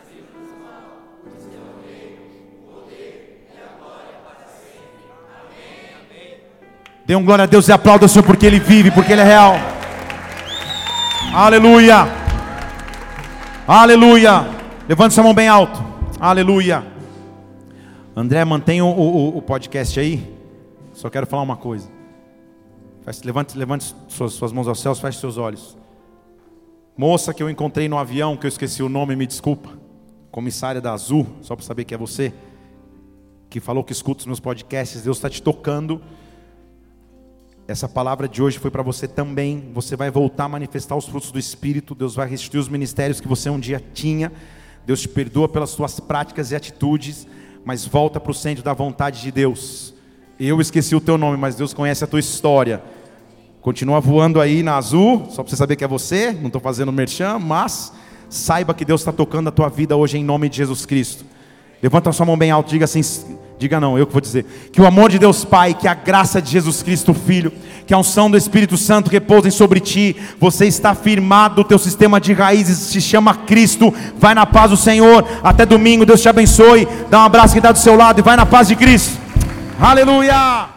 Dê um glória a Deus e aplauda o Senhor, porque Ele vive, porque Ele é real. Aleluia. Aleluia. Levante sua mão bem alto. Aleluia. André, mantenha o, o, o podcast aí. Só quero falar uma coisa. Levante, levante suas, suas mãos aos céus, feche seus olhos. Moça que eu encontrei no avião, que eu esqueci o nome, me desculpa. Comissária da Azul, só para saber que é você, que falou que escuta os meus podcasts. Deus está te tocando. Essa palavra de hoje foi para você também. Você vai voltar a manifestar os frutos do Espírito. Deus vai restituir os ministérios que você um dia tinha. Deus te perdoa pelas suas práticas e atitudes, mas volta para o centro da vontade de Deus. Eu esqueci o teu nome, mas Deus conhece a tua história. Continua voando aí na Azul, só para você saber que é você. Não estou fazendo merchan, mas saiba que Deus está tocando a tua vida hoje em nome de Jesus Cristo. Levanta a sua mão bem alto, diga assim, diga não, eu que vou dizer. Que o amor de Deus Pai, que a graça de Jesus Cristo Filho, que a unção do Espírito Santo repousem sobre ti. Você está firmado, o teu sistema de raízes se chama Cristo. Vai na paz do Senhor, até domingo, Deus te abençoe. Dá um abraço quem está do seu lado e vai na paz de Cristo. Aleluia.